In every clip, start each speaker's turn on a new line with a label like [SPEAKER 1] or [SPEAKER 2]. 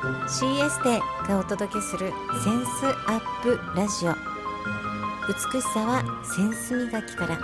[SPEAKER 1] CS でがお届けするセンスアップラジオ。美しさはセンス磨きから。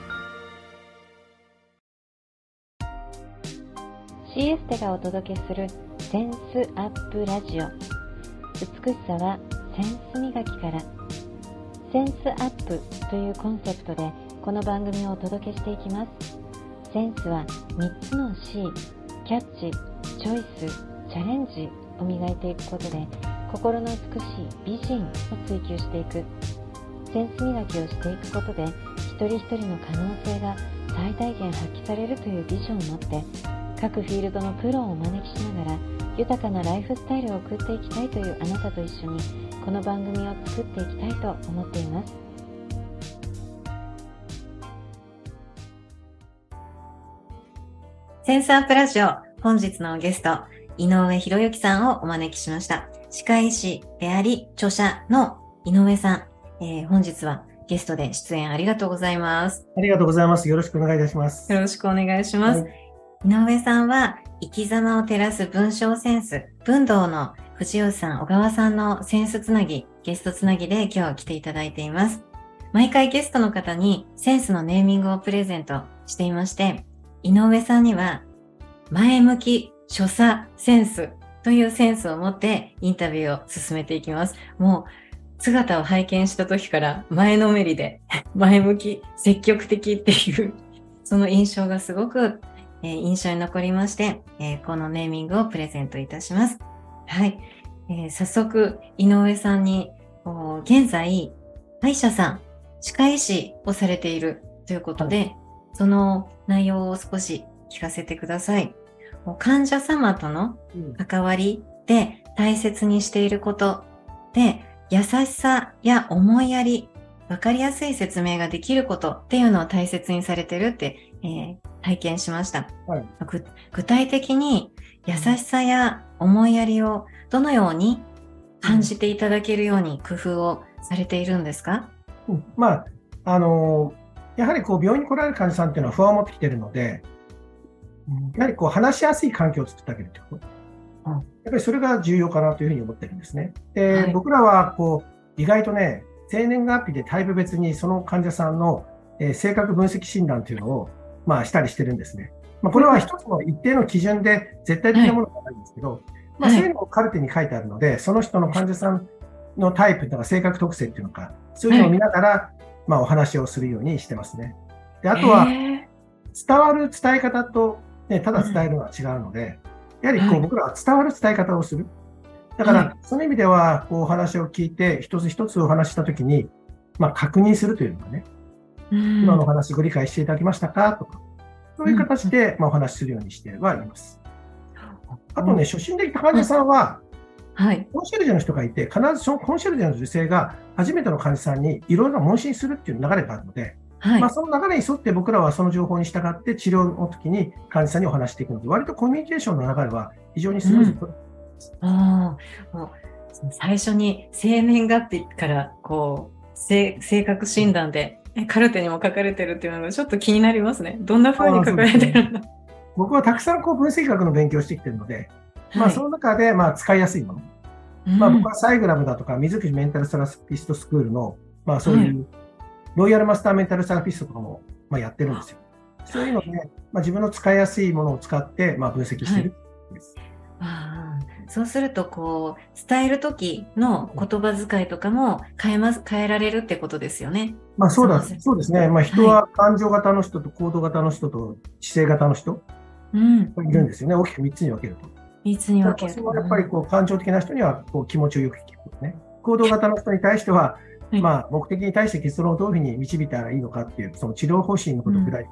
[SPEAKER 1] CS でがお届けするセンスアップラジオ。美しさはセンス磨きから。センスアップというコンセプトでこの番組をお届けしていきます。センスは3つの C、 キャッチ、チョイス、チャレンジを磨いていくことで、心の美しい美人を追求していく。センス磨きをしていくことで、一人一人の可能性が最大限発揮されるというビジョンを持って、各フィールドのプロをお招きしながら豊かなライフスタイルを送っていきたいというあなたと一緒に、この番組を作っていきたいと思っています。センスアップラジオ、本日のゲスト、井上博之さんをお招きしました。歯科医師であり著者の井上さん、本日はゲストで出演ありがとうございます。
[SPEAKER 2] ありがとうございます。よろしくお願いいたします。
[SPEAKER 1] よろしくお願いします。はい、井上さんは生き様を照らす文章センス、文道の藤吉さん、小川さんのセンスつなぎ、ゲストつなぎで今日来ていただいています。毎回ゲストの方にセンスのネーミングをプレゼントしていまして、井上さんには前向き所作センスというセンスを持ってインタビューを進めていきます。もう姿を拝見した時から前のめりで前向き、積極的っていうその印象がすごく、印象に残りまして、このネーミングをプレゼントいたします。はい、早速井上さんに現在歯医者さん、歯科医師をされているということで、はい、その内容を少し聞かせてください。患者様との関わりで大切にしていることで、優しさや思いやり、わかりやすい説明ができることっていうのを大切にされてるって、拝見しました。はい、具体的に優しさや思いやりをどのように感じていただけるように工夫をされているんですか？
[SPEAKER 2] やはり病院に来られる患者さんっていうのは不安を持ってきているので、やはり話しやすい環境を作ってあげるということ。やっぱりそれが重要かなというふうに思ってるんですね。で、はい、僕らは意外とね、生年月日でタイプ別にその患者さんの、性格分析診断というのを、したりしてるんですね。これは一つの一定の基準で絶対的なものではないんですけど、そういうのをカルテに書いてあるので、その人の患者さんのタイプとか性格特性っていうのか、そういうのを見ながら、お話をするようにしてますね。で、あとは、伝わる伝え方と、ただ伝えるのは違うので、やはり僕らは伝わる伝え方をする。だから、その意味では、お話を聞いて、一つ一つお話したときに、確認するというのがね、今のお話ご理解していただきましたかとか、そういう形で、お話しするようにしてはいます。あとね、初診で来た患者さんは、コンシェルジュの人がいて、必ずそのコンシェルジュの女性が初めての患者さんにいろいろな問診するっていう流れがあるので、その流れに沿って僕らはその情報に従って治療の時に患者さんにお話していくので、割とコミュニケーションの流れは非常にスムーズと、
[SPEAKER 1] もう最初に生年月日から性格診断でカルテにも書かれてるっていうのがちょっと気になりますね。どんな風に書かれてるんだ。
[SPEAKER 2] 僕はたくさん分析学の勉強をしてきているので、その中で使いやすいもの。僕はサイグラムだとか水口メンタルセラピストスクールの、そういうロイヤルマスターメンタルセラピストとかも、やってるんですよ。そういうので、自分の使いやすいものを使って、分析してるんです。
[SPEAKER 1] そうすると伝える時の言葉遣いとかも変えられるってことですよね。
[SPEAKER 2] そうですね。人は感情型の人と行動型の人と知性型の人、いるんですよね。大きく3つに分けると。
[SPEAKER 1] 3つに分けると。
[SPEAKER 2] やっぱり感情的な人には気持ちをよく聞くことね。行動型の人に対しては、目的に対して結論をどういうふうに導いたらいいのかっていう、その治療方針のことぐらい。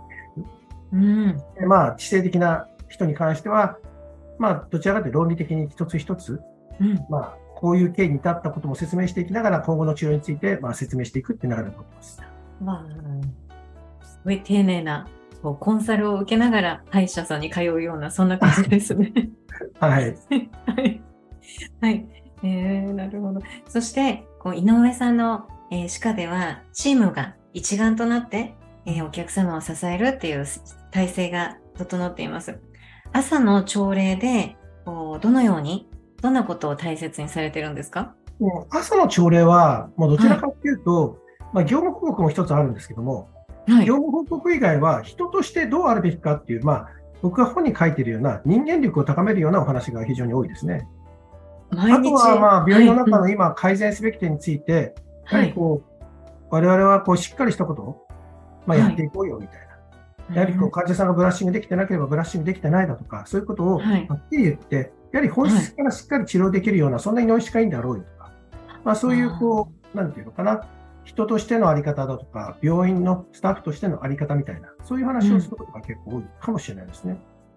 [SPEAKER 2] 知性的な人に関しては、どちらかというと論理的に一つ一つ、こういう経緯に至ったことも説明していきながら、今後の治療について説明していくっていう流れだと思います。
[SPEAKER 1] すごい丁寧なコンサルを受けながら歯医者さんに通うような、そんな感じですね。
[SPEAKER 2] はい。
[SPEAKER 1] はい。なるほど。そして井上さんの、歯科ではチームが一丸となって、お客様を支えるっていう体制が整っています。朝の朝礼でどのようにどんなことを大切にされてるんですか？
[SPEAKER 2] 朝の朝礼は、もうどちらかというと、業務報告も一つあるんですけども、
[SPEAKER 1] はい。
[SPEAKER 2] 業務報告以外は人としてどうあるべきかっていう、僕が本に書いているような人間力を高めるようなお話が非常に多いですね。
[SPEAKER 1] 毎日。
[SPEAKER 2] あとは、病院の中の
[SPEAKER 1] はい
[SPEAKER 2] 今改善すべき点について、やはり
[SPEAKER 1] はい
[SPEAKER 2] 我々はしっかりしたことを、やっていこうよみたいな。やはり患者さんがブラッシングできてなければブラッシングできてないだとか、そういうことをはっきり言って、やはり本質からしっかり治療できるような、そんな医療歯科医院であろうよとか、そういうなんていうのかな、人としてのあり方だとか、病院のスタッフとしてのあり方みたいな、そういう話をすることが結構多いかもしれないですね。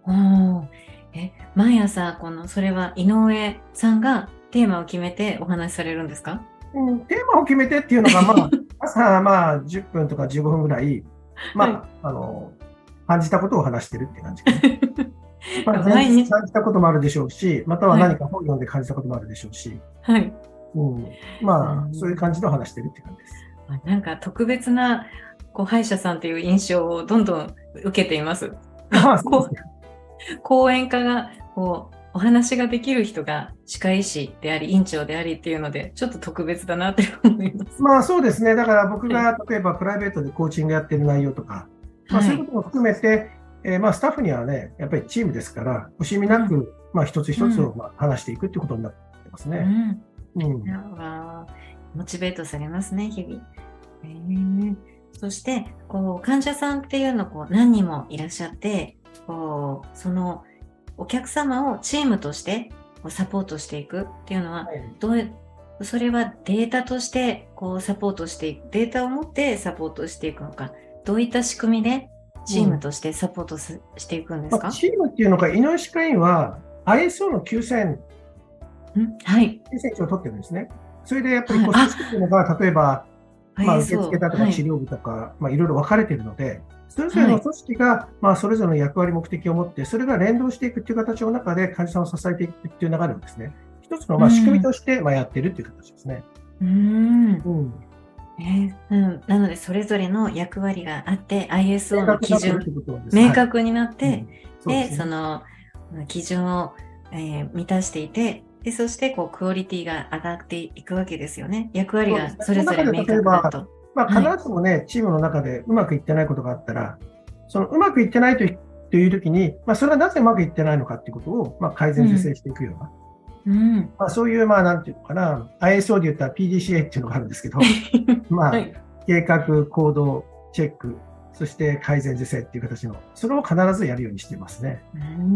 [SPEAKER 1] 毎朝それは井上さんがテーマを決めてお話しされるんですか？
[SPEAKER 2] テーマを決めてっていうのが、朝10分とか15分ぐらい、感じたことを話してるって感じかな。前日感じたこともあるでしょうし、または何か本読んで感じたこともあるでしょうし、そういう感じで話してるって感じです。
[SPEAKER 1] なんか特別な歯医者さんという印象をどんどん受けています。講演家がお話ができる人が歯科医師であり院長でありっていうのでちょっと特別だなって思います。
[SPEAKER 2] そうですね。だから僕が例えばプライベートでコーチングやってる内容とか、そういうことも含めて、スタッフにはね、やっぱりチームですから、惜しみなく、一つ一つを話していくってことになってますね。
[SPEAKER 1] モチベートされますね、日々。そして、患者さんっていうの何人もいらっしゃって、そのお客様をチームとしてサポートしていくっていうのは、それはデータとしてサポートしていく、データを持ってサポートしていくのか、どういった仕組みでチームとしてサポートしていくんですか？
[SPEAKER 2] チームっていうのか、井上歯科医院は ISO の9000を取ってるんですね。それでやっぱり組織っていうのが、例えば、受付だとか治療部とか、いろいろ分かれているので、それぞれの組織が、それぞれの役割、目的を持って、それが連動していくという形の中で患者さんを支えていくという流れをですね、一つの仕組みとしてやっているという形ですね。
[SPEAKER 1] なので、それぞれの役割があって、ISO の基準、明確になって、その基準を、満たしていて、そしてクオリティが上がっていくわけですよね。役割がそれぞれ明確だと。
[SPEAKER 2] 必ずしもね、チームの中でうまくいってないことがあったら、そのうまくいってないというときに、それはなぜうまくいってないのかということを、改善是正していくような、そういう、なんていうのかな、ISO で言ったら PDCA っていうのがあるんですけど、計画、行動、チェック、そして改善是正っていう形の、それを必ずやるようにしていますね。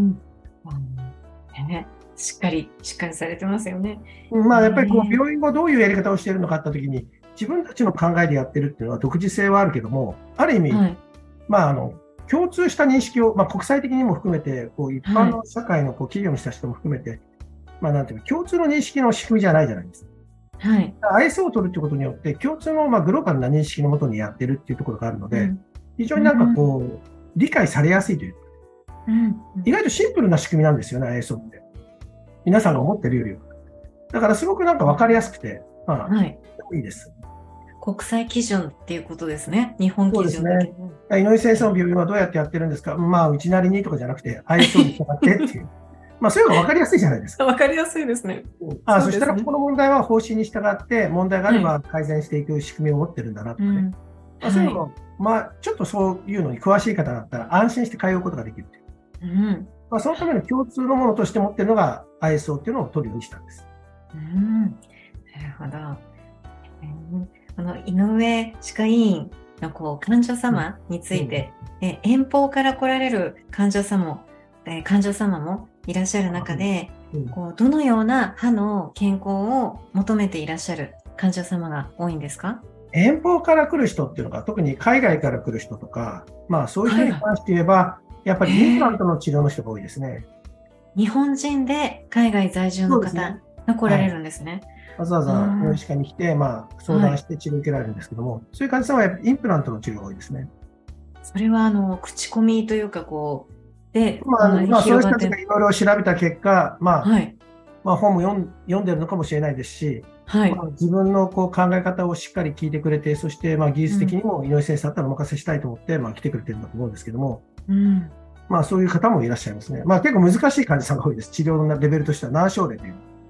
[SPEAKER 1] しっかりされてますよね。
[SPEAKER 2] やっぱり病院がどういうやり方をしているのかってときに、自分たちの考えでやってるっていうのは独自性はあるけども、ある意味、共通した認識を、国際的にも含めて、一般の社会の企業の人たちも含めて、なんていうか、共通の認識の仕組みじゃないじゃないですか。ISO を取るということによって、共通のグローバルな認識のもとにやってるっていうところがあるので、非常に理解されやすいという、意外とシンプルな仕組みなんですよね、ISO って。皆さんが思ってるよりは。だからすごく分かりやすくて、いいです。
[SPEAKER 1] 国際基準っていうことですね。日本基準
[SPEAKER 2] だけ。井上先生の病院はどうやってやってるんですか？うちなりにとかじゃなくて、ISO に従ってっていう。そういうのが分かりやすいじゃないですか。
[SPEAKER 1] 分かりやすいですね。
[SPEAKER 2] そしたらここの問題は方針に従って、問題があれば改善していく仕組みを持ってるんだなとかね。そういうのを、ちょっとそういうのに詳しい方だったら安心して通うことができるという。そのための共通のものとして持っているのが ISO っていうのを取るようにしたんです。
[SPEAKER 1] なるほど。井上歯科医院の患者様について、遠方から来られる患者様もいらっしゃる中で、どのような歯の健康を求めていらっしゃる患者様が多いんですか？
[SPEAKER 2] 遠方から来る人っていうのが、特に海外から来る人とか、そういう人に関して言えば、やっぱりインプラントの治療の人が多いですね。
[SPEAKER 1] 日本人で海外在住の方が来られるんですね。
[SPEAKER 2] わざわざ医療歯科に来て、相談して治療を受けられるんですけども、そういう患者さんはやっぱりインプラントの治療が多いですね。
[SPEAKER 1] それは口コミというかで、
[SPEAKER 2] そういう人たちがいろいろ調べた結果、本も読んでるのかもしれないですし、自分の考え方をしっかり聞いてくれて、そして技術的にも井上先生だったらお任せしたいと思って、来てくれてるんだと思うんですけども、そういう方もいらっしゃいますね。結構難しい患者さんが多いです。治療のレベルとしては難症例という。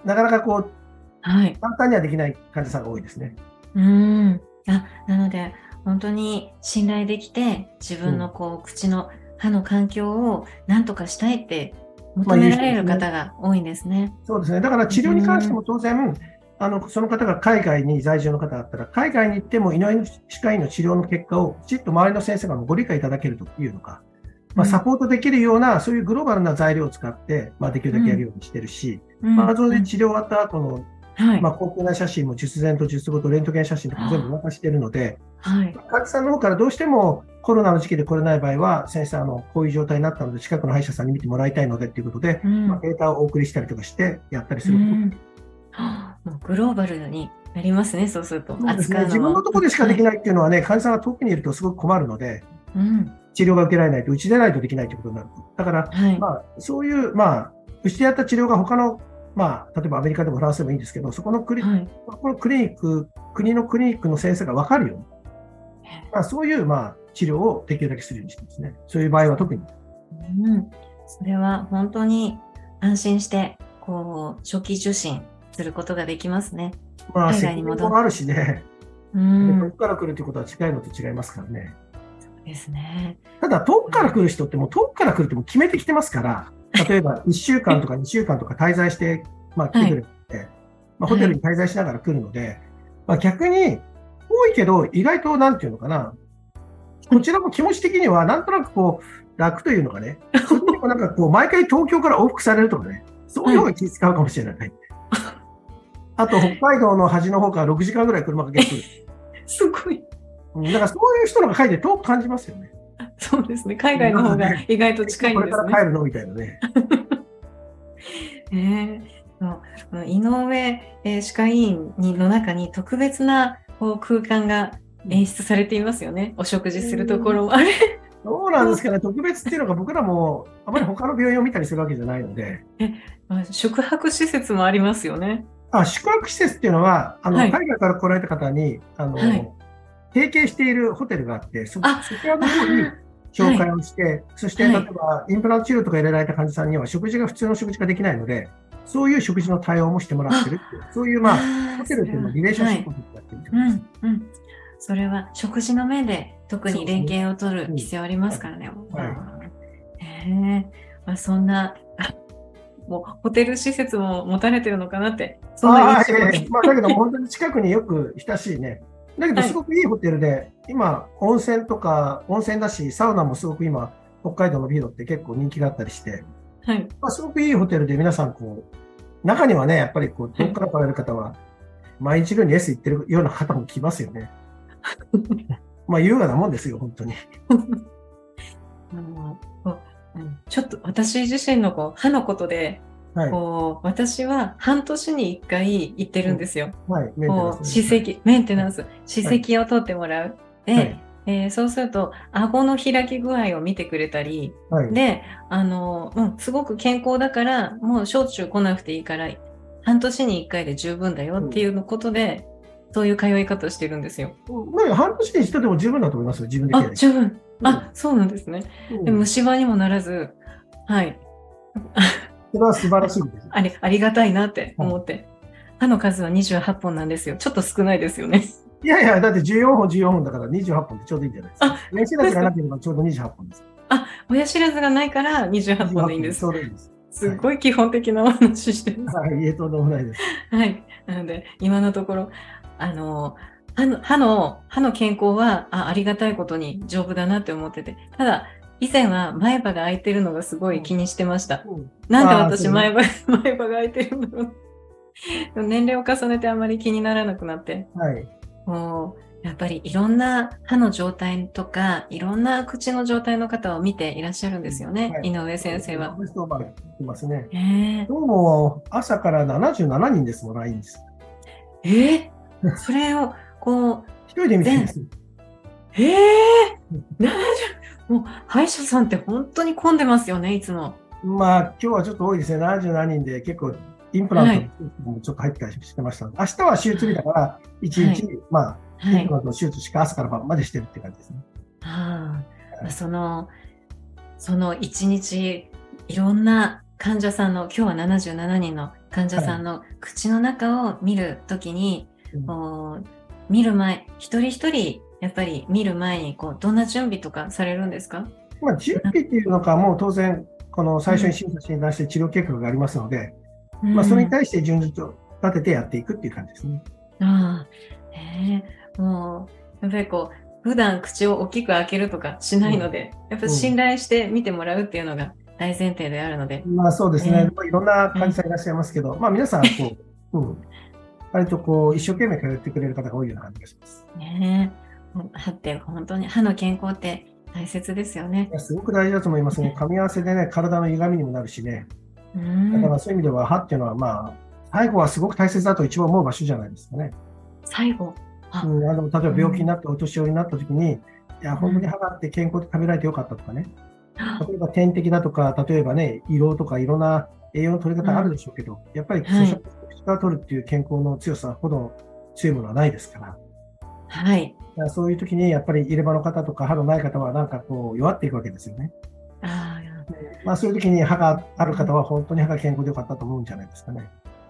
[SPEAKER 2] なかなかこう、
[SPEAKER 1] はい。
[SPEAKER 2] 簡単にはできない患者さんが多いですね。
[SPEAKER 1] なので、本当に信頼できて、自分の口の歯の環境を何とかしたいって求められる方が多いんですね。
[SPEAKER 2] そうですね。だから治療に関しても当然、その方が海外に在住の方だったら、海外に行っても井上歯科医の治療の結果をきちっと周りの先生がご理解いただけるというのか、サポートできるような、そういうグローバルな材料を使って、できるだけやるようにしてるし、それで治療終わった後の、高級な写真も術前と術後とレントゲン写真とか全部渡しているので、患者さんの方からどうしてもコロナの時期で来れない場合は、先生、こういう状態になったので、近くの歯医者さんに見てもらいたいのでということで、データをお送りしたりとかしてやったりする。
[SPEAKER 1] もうグローバルになりますね、そうすると。
[SPEAKER 2] そうですね、自分のところでしかできないっていうのはね、患者さんが遠くにいるとすごく困るので、治療が受けられないと、うちでないとできないということになると。だから、そういう、うちでやった治療が他の、例えばアメリカでもフランスでもいいんですけど、そこのこのクリニック、国のクリニックの先生が分かるように、そういう、治療をできるだけするようにしてますね。そういう場合は特に。
[SPEAKER 1] それは本当に安心して、初期受診することができますね。
[SPEAKER 2] 海外に戻る。もあるしね。遠くから来るということは近いのと違いますからね。
[SPEAKER 1] そうですね。
[SPEAKER 2] ただ、遠くから来る人ってもう遠くから来るっても決めてきてますから、例えば1週間とか2週間とか滞在して、来てくれて、ホテルに滞在しながら来るので、逆に、遠いけど、意外となんていうのかな、こちらも気持ち的には、なんとなく楽というのがね、なんか毎回東京から往復されるとかね、そういう方が気使うかもしれない。あと、北海道の端の方から6時間ぐらい車かけてくる。
[SPEAKER 1] すごい。
[SPEAKER 2] だからそういう人のが書いて遠く感じますよね。
[SPEAKER 1] そうですね。海外の方が意外と近いんですね。
[SPEAKER 2] これから帰るのみたいなね。
[SPEAKER 1] 井上歯科医院の中に特別な空間が演出されていますよね。お食事するところもあれ。
[SPEAKER 2] そうなんですかね。特別っていうのが僕らもあまり他の病院を見たりするわけじゃないので。
[SPEAKER 1] 宿泊施設もありますよね。
[SPEAKER 2] 宿泊施設っていうのは、海外から来られた方に、提携しているホテルがあって、そちらの方に紹介をして、そして例えばインプラント治療とか入れられた患者さんには普通の食事ができないので、そういう食事の対応もしてもらってるっていう、そういうホテルっていうのはリレーションシップをやってるということです。
[SPEAKER 1] それは食事の面で特に連携を取る必要ありますからね。そんな、もうホテル施設も持たれてるのかなって、そんな印象
[SPEAKER 2] だけど本当に近くによく親しいね。だけどすごくいいホテルで、今温泉だし、サウナもすごく今、北海道のビードって結構人気があったりして、すごくいいホテルで皆さん中にはね、やっぱり遠くから来られる方は、毎日のように S 行ってるような方も来ますよね。優雅なもんですよ、本当に。
[SPEAKER 1] ちょっと私自身の歯のことで、私は半年に1回行ってるんですよ。メンテナンス、歯石を取ってもらう。で、そうすると顎の開き具合を見てくれたり、で、すごく健康だからもうしょっちゅう来なくていいから半年に1回で十分だよっていうことで、そういう通い方をしてるんですよ。
[SPEAKER 2] 半年に一度でも十分だと思いますよ、自分で。
[SPEAKER 1] 十分。そうなんですね。で虫歯にもならず、
[SPEAKER 2] それは素晴らしいです。
[SPEAKER 1] ありがたいなって思って。歯の数は28本なんですよ。ちょっと少ないですよね。
[SPEAKER 2] いやいや、だって14本だから28本ってちょうどいいんじゃないですか。親知らずがなければちょうど28本です。
[SPEAKER 1] 親知らずがないから28本でいいんです。
[SPEAKER 2] ちょうどいいです。
[SPEAKER 1] すごい基本的なお話してます。
[SPEAKER 2] とんでもないです。
[SPEAKER 1] なので、今のところ、歯の健康はありがたいことに丈夫だなって思ってて、ただ以前は前歯が開いてるのがすごい気にしてました。なんで私前歯が開いてるんだろう。年齢を重ねてあまり気にならなくなって、やっぱりいろんな歯の状態とかいろんな口の状態の方を見ていらっしゃるんですよね、井上先生は。
[SPEAKER 2] 今日も朝から77人ですもん、LINE です。
[SPEAKER 1] それを
[SPEAKER 2] 一人で見てるんですよ。
[SPEAKER 1] もう歯医者さんって本当に混んでますよね、いつも。
[SPEAKER 2] 今日はちょっと多いですね。77人で結構インプラントもちょっと入ってたりしてました。明日は手術日だから1日、インプラントの手術しか朝から晩までしてるって感じですね。
[SPEAKER 1] その1日いろんな患者さんの、今日は77人の患者さんの口の中を見るときに、見る前、一人一人、やっぱり見る前にどんな準備とかされるんですか？
[SPEAKER 2] 準備っていうのか、もう当然、この最初に診断して治療計画がありますので、それに対して順序を立ててやっていくっていう感じですね。
[SPEAKER 1] もう、やっぱり普段口を大きく開けるとかしないので、やっぱり信頼して見てもらうっていうのが大前提であるので。
[SPEAKER 2] そうですね。いろんな患者さんいらっしゃいますけど、皆さん、割と一生懸命通ってくれる方が多いような感じがします。
[SPEAKER 1] 歯って本当に歯の健康って大切ですよね。
[SPEAKER 2] すごく大事だと思いますね。噛み合わせでね、体の歪みにもなるしね。だからそういう意味では歯っていうのは最後はすごく大切だと一番思う場所じゃないですかね。
[SPEAKER 1] 最後
[SPEAKER 2] 例えば病気になってお年寄りになった時に、いや、本当に歯があって健康で食べられてよかったとかね。例えば点滴だとか、例えばね、胃ろうとかいろんな栄養の取り方あるでしょうけど、やっぱり咀嚼から取るっていう健康の強さほど強いものはないですから。
[SPEAKER 1] はい。
[SPEAKER 2] そういう時にやっぱり入れ歯の方とか歯のない方は弱っていくわけですよね。そういう時に歯がある方は本当に歯が健康でよかったと思うんじゃないですかね。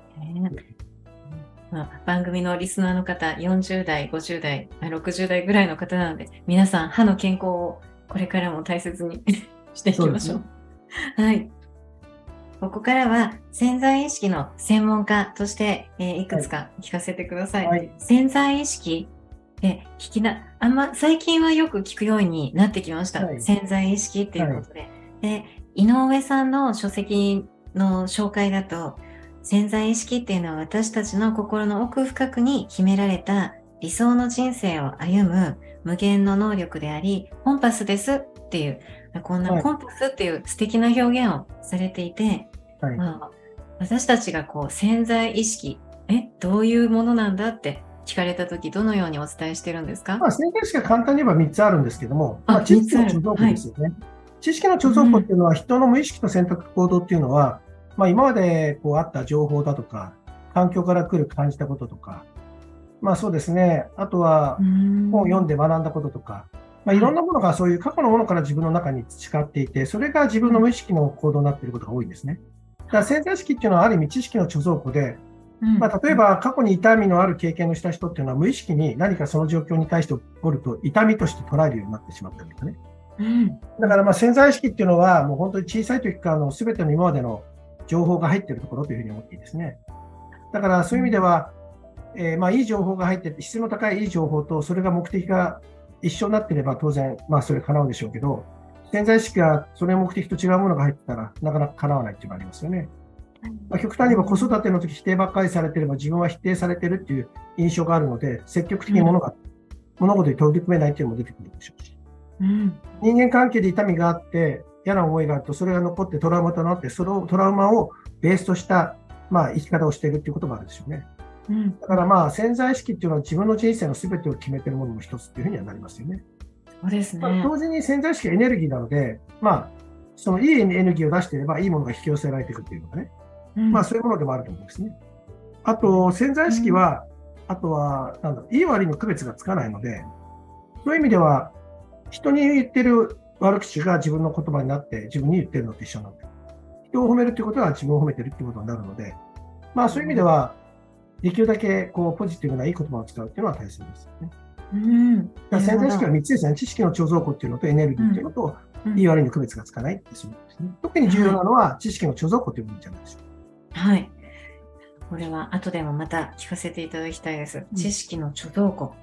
[SPEAKER 1] 番組のリスナーの方、40代、50代、60代ぐらいの方なので、皆さん歯の健康をこれからも大切にしていきましょう。はい。ここからは潜在意識の専門家として、いくつか聞かせてください。潜在意識で最近はよく聞くようになってきました。潜在意識っていうことで。で、井上さんの書籍の紹介だと、潜在意識っていうのは私たちの心の奥深くに秘められた理想の人生を歩む無限の能力であり、コンパスですっていう、こんなコンパスっていう素敵な表現をされていて、私たちが潜在意識、どういうものなんだって聞かれたとき、どのようにお伝えしてるんですか？
[SPEAKER 2] 潜在意識は簡単に言えば3つあるんですけども、知識の貯蔵庫ですよね。知識の貯蔵庫っていうのは、人の無意識と選択行動っていうのは、今まであった情報だとか、環境から来る感じたこととか、そうですね、あとは本を読んで学んだこととか、いろんなものがそういう過去のものから自分の中に培っていて、それが自分の無意識の行動になっていることが多いんですね。だから潜在意識っていうのはある意味知識の貯蔵庫で、例えば過去に痛みのある経験をした人っていうのは無意識に何かその状況に対して起こると痛みとして捉えるようになってしまったりとかね。だから潜在意識っていうのはもう本当に小さい時からの全ての今までの情報が入っているところというふうに思っていいですね。だからそういう意味では、いい情報が入っていて質の高いいい情報とそれが目的が一緒になっていれば当然それ叶うでしょうけど、潜在意識がそれ目的と違うものが入ってたらなかなか叶わないっていうのがありますよね。極端に言えば子育ての時否定ばっかりされていれば自分は否定されているっていう印象があるので積極的に物事に取り組めないというのも出てくるでしょうし、人間関係で痛みがあって嫌な思いがあるとそれが残ってトラウマとなってそのトラウマをベースとした生き方をしているということもあるでしょうね。だから潜在意識っていうのは自分の人生の全てを決めているものの一つというふうにはなりますよね。
[SPEAKER 1] そうですね。
[SPEAKER 2] 同時に潜在意識はエネルギーなので、そのいいエネルギーを出していればいいものが引き寄せられていくというのがね、そういうものでもあると思うんですね。あと潜在意識は、あとはいい悪いの区別がつかないので、そういう意味では人に言ってる悪口が自分の言葉になって自分に言ってるのと一緒なんで、人を褒めるということは自分を褒めてるということになるので、そういう意味ではできるだけポジティブないい言葉を使うというのは大切ですよね。潜在意識は3つですね。知識の貯蔵庫っていうのとエネルギーっていうのと、いい悪いの区別がつかないっていうのですね。特に重要なのは知識の貯蔵庫というものじゃないでしょうか。
[SPEAKER 1] はい。これは後でもまた聞かせていただきたいです。知識の貯蔵庫。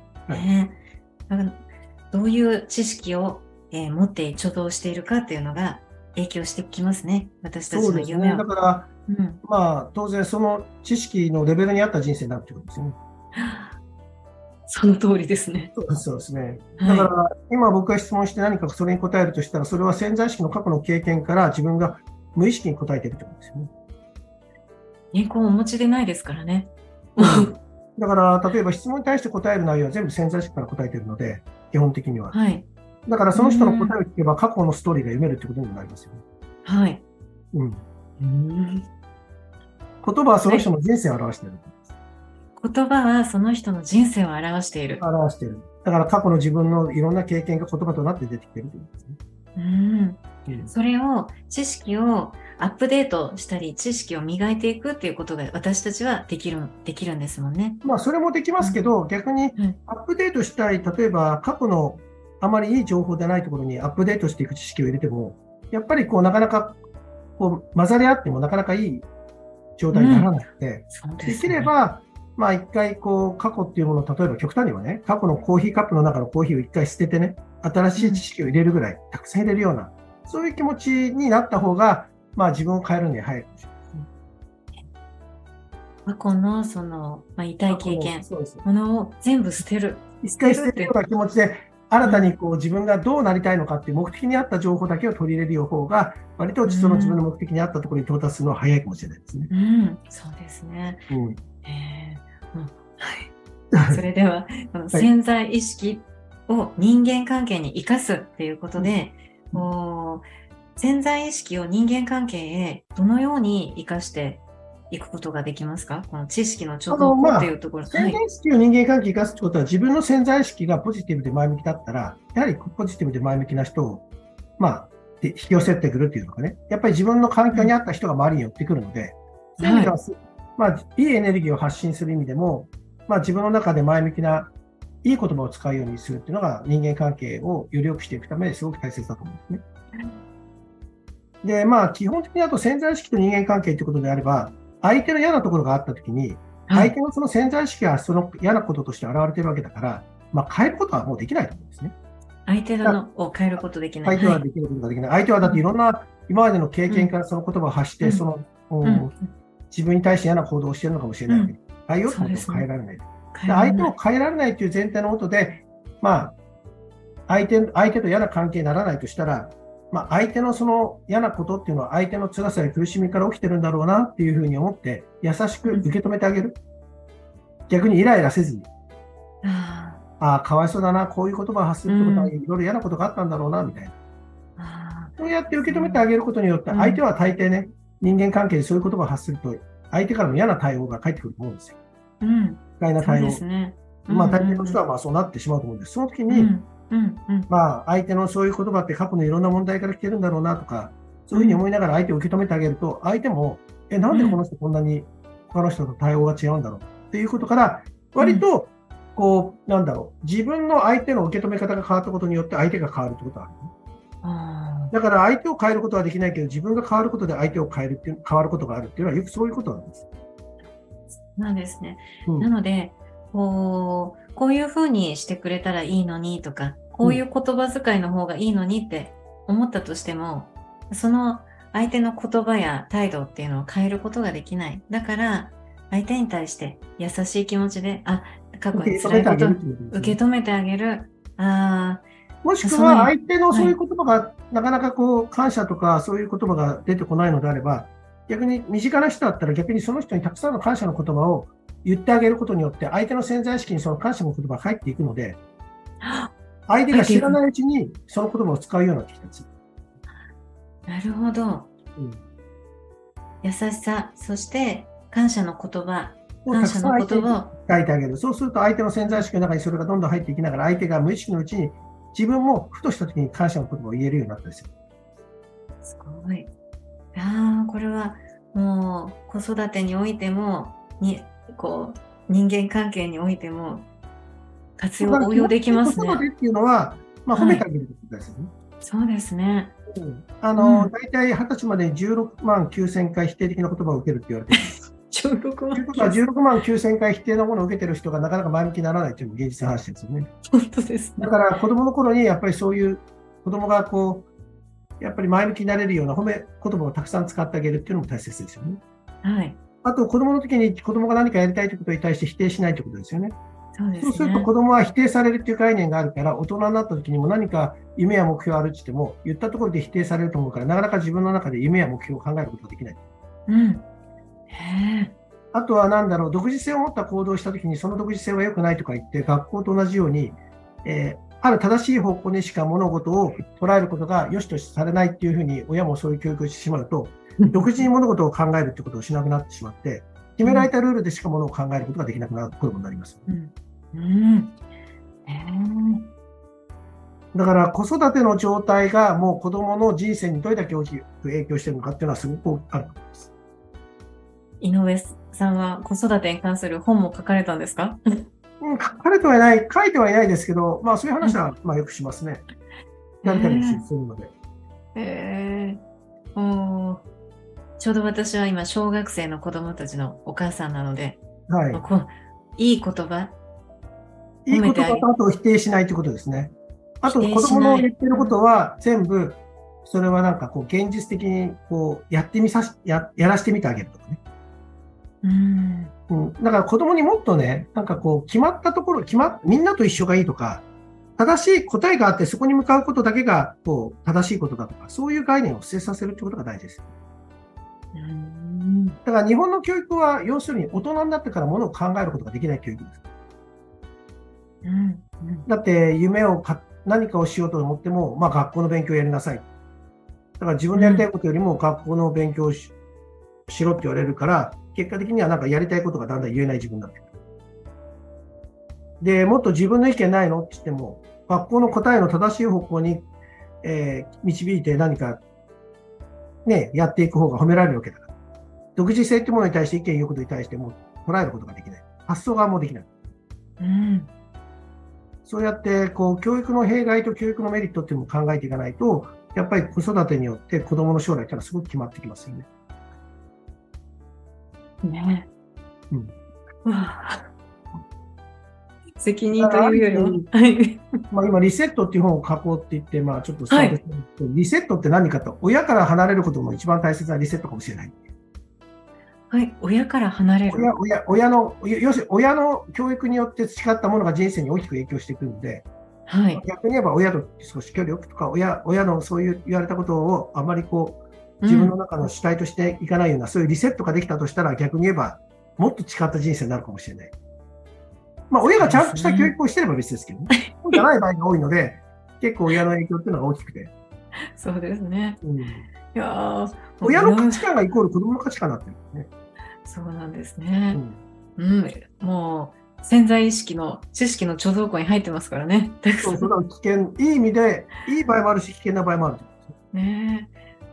[SPEAKER 1] どういう知識を、持って貯蔵しているかっていうのが影響してきますね。私たちの夢を。そうですね。
[SPEAKER 2] だから、当然その知識のレベルに合った人生になるということですよね。
[SPEAKER 1] その通りですね。
[SPEAKER 2] そうですね。だから、今僕が質問して何かそれに答えるとしたら、それは潜在意識の過去の経験から自分が無意識に答えているということですよね。
[SPEAKER 1] 原稿をお持ちでないですからね。
[SPEAKER 2] だから、例えば質問に対して答える内容は全部潜在意識から答えているので、基本的には。だからその人の答えを聞けば過去のストーリーが読めるということにもなりますよね。言葉はその人の人生を表している。
[SPEAKER 1] 言葉はその人の人生を表している。
[SPEAKER 2] だから過去の自分のいろんな経験が言葉となって出てきているということですね。
[SPEAKER 1] それを、知識をアップデートしたり、知識を磨いていくっていうことが私たちはできるんですもんね。
[SPEAKER 2] まあ、それもできますけど、逆にアップデートしたい、例えば過去のあまりいい情報でないところにアップデートしていく知識を入れても、やっぱりこうなかなかこう混ざり合ってもなかなかいい状態にならなくて、できれば、まあ一回こう過去っていうものを、例えば極端にはね、過去のコーヒーカップの中のコーヒーを一回捨ててね、新しい知識を入れるぐらい、たくさん入れるような、そういう気持ちになった方が、まあ自分を変えるには早いかもしれないですね。
[SPEAKER 1] 過去のその、痛い経験、ものを全部捨てる。
[SPEAKER 2] 一回捨てるような気持ちで、新たにこう自分がどうなりたいのかっていう目的に合った情報だけを取り入れる方が、割とその自分の目的に合ったところに到達するのは早いかもしれないですね。
[SPEAKER 1] そうですね。はい。それでは、潜在意識を人間関係に生かすっていうことで、潜在意識を人間関係へどのように生かしていくことができますか？この知識の貯蔵庫っていうところ。
[SPEAKER 2] 潜在意識を人間関係に生かすってことは、自分の潜在意識がポジティブで前向きだったら、やはりポジティブで前向きな人を、引き寄せてくるっていうのかね。やっぱり自分の環境に合った人が周りに寄ってくるので、そういう意味では、いいエネルギーを発信する意味でも、自分の中で前向きないい言葉を使うようにするっていうのが人間関係をより良くしていくためにすごく大切だと思うんですね。で、基本的にあと潜在意識と人間関係ということであれば、相手の嫌なところがあったときに、相手のその潜在意識がその嫌なこととして現れているわけだから、変えることはもうできないと思うんですね。
[SPEAKER 1] 相手のを変えることできない。
[SPEAKER 2] 相手はできることができない。相手はだっていろんな今までの経験からその言葉を発して、自分に対して嫌な行動をしているのかもしれないけど、相手を変えられない。相手を変えられないという前提のもとで、相手と嫌な関係にならないとしたら、相手のその嫌なことっていうのは相手の辛さや苦しみから起きてるんだろうなっていうふうに思って優しく受け止めてあげる。逆にイライラせずに。かわいそうだな、こういう言葉を発するってことはいろいろ嫌なことがあったんだろうな、みたいな。そうやって受け止めてあげることによって、相手は大抵ね、人間関係でそういう言葉を発すると、相手からの嫌な対応が返ってくると思うんですよ。不快な対応。大抵の人はそうなってしまうと思うんです。その時に、相手のそういう言葉って過去のいろんな問題から来てるんだろうなとか、そういうふうに思いながら相手を受け止めてあげると、相手も、なんでこの人こんなに他の人と対応が違うんだろうっていうことから、割と、自分の相手の受け止め方が変わったことによって相手が変わるってことがある。だから相手を変えることはできないけど、自分が変わることで相手を変わることがあるっていうのはよくそういうことなんです。
[SPEAKER 1] なんですね。なので、こういうふうにしてくれたらいいのにとか、こういう言葉遣いの方がいいのにって思ったとしても、その相手の言葉や態度っていうのを変えることができない。だから、相手に対して優しい気持ちで、過去に辛いことを受け止めてあげる。
[SPEAKER 2] もしくは相手のそういう言葉がなかなか感謝とかそういう言葉が出てこないのであれば、逆に身近な人だったら逆にその人にたくさんの感謝の言葉を言ってあげることによって相手の潜在意識にその感謝の言葉が入っていくので、相手が知らないうちにその言葉を使うようになってきたんです。
[SPEAKER 1] なるほど。優しさ、そして感謝の言葉、感謝の言葉を
[SPEAKER 2] 書いてあげる。そうすると相手の潜在意識の中にそれがどんどん入っていきながら、相手が無意識のうちに自分もふとした時に感謝の言葉を言えるようになったんですよ。
[SPEAKER 1] すごい。これはもう子育てにおいても人間関係においても活用応用できますね。
[SPEAKER 2] 子育てっていうのは、褒めてあげることですよね。
[SPEAKER 1] そうですね。
[SPEAKER 2] 大体20歳まで16万9000回否定的な言葉を受けるって言われてるんです。16万9000回否定のものを受けてる人がなかなか前向きにならないというのが現実の話ですよね。
[SPEAKER 1] 本当ですね。
[SPEAKER 2] だから子供の頃にやっぱりそういう子供がやっぱり前向きになれるような褒め言葉をたくさん使ってあげるっていうのも大切ですよね。あと子供の時に子供が何かやりたいということに対して否定しないということですよね。そうすると子供は否定されるっていう概念があるから、大人になった時にも何か夢や目標あるって言っても言ったところで否定されると思うから、なかなか自分の中で夢や目標を考えることができない。あとは独自性を持った行動をした時にその独自性は良くないとか言って学校と同じように、ある正しい方向にしか物事を捉えることが良しとされないっていうふうに親もそういう教育をしてしまうと、独自に物事を考えるってことをしなくなってしまって、決められたルールでしか物を考えることができなくなる子供になります。 だから子育ての状態がもう子供の人生にどれだけ大きく影響しているのかっていうのはすごくあると思います。
[SPEAKER 1] 井上さんは子育てに関する本も書かれたんですか？
[SPEAKER 2] 書かれてはいない、書いてはいないですけど、まあそういう話はまあよくしますね。やりたりするので。
[SPEAKER 1] ちょうど私は今小学生の子供たちのお母さんなので、
[SPEAKER 2] はい。
[SPEAKER 1] いい言葉、
[SPEAKER 2] いい言葉とあと否定しないということですね。あと子供の言ってることは全部、それはなんかこう現実的にこうやらしてみてあげるとかね。だから子供にもっとね、なんかこう決まったところ、みんなと一緒がいいとか、正しい答えがあってそこに向かうことだけがこう正しいことだとか、そういう概念を捨てさせるということが大事です。だから日本の教育は要するに大人になってからものを考えることができない教育です。だって何かをしようと思っても、まあ学校の勉強をやりなさい。だから自分でやりたいことよりも学校の勉強をしろって言われるから、結果的にはなんかやりたいことがだんだん言えない自分になってくる。で、もっと自分の意見ないのって言っても、学校の答えの正しい方向に、導いて何かね、やっていく方が褒められるわけだから。独自性っていうものに対して意見言うことに対しても捉えることができない。発想がもうできない。そうやってこう教育の弊害と教育のメリットっていうのを考えていかないと、やっぱり子育てによって子供の将来ってのはすごく決まってきますよね。
[SPEAKER 1] 責任というよりは、
[SPEAKER 2] まあ今リセットっていう本を書こうって言って、まあちょっとスタートしてるんですけど、リセットって何かと、親から離れることも一番大切なリセットかもしれない。
[SPEAKER 1] はい、親から離れる。
[SPEAKER 2] 要するに親の教育によって培ったものが人生に大きく影響してくるので、逆に言えば親と少し距離を置くとか、親のそういう言われたことをあまりこう自分の中の主体としていかないような、そういうリセットができたとしたら、逆に言えばもっと違った人生になるかもしれない。まあ親がちゃんとした教育をしてれば別ですけどね。そうじゃない場合が多いので、結構親の影響っていうのが大きくて。
[SPEAKER 1] そうですね。いや
[SPEAKER 2] 親の価値観がイコール子供の価値観になってるんですね。
[SPEAKER 1] そうなんですね。もう潜在意識の知識の貯蔵庫に入ってますからね。
[SPEAKER 2] そう、危険、いい意味でいい場合もあるし危険な場合もある
[SPEAKER 1] ね。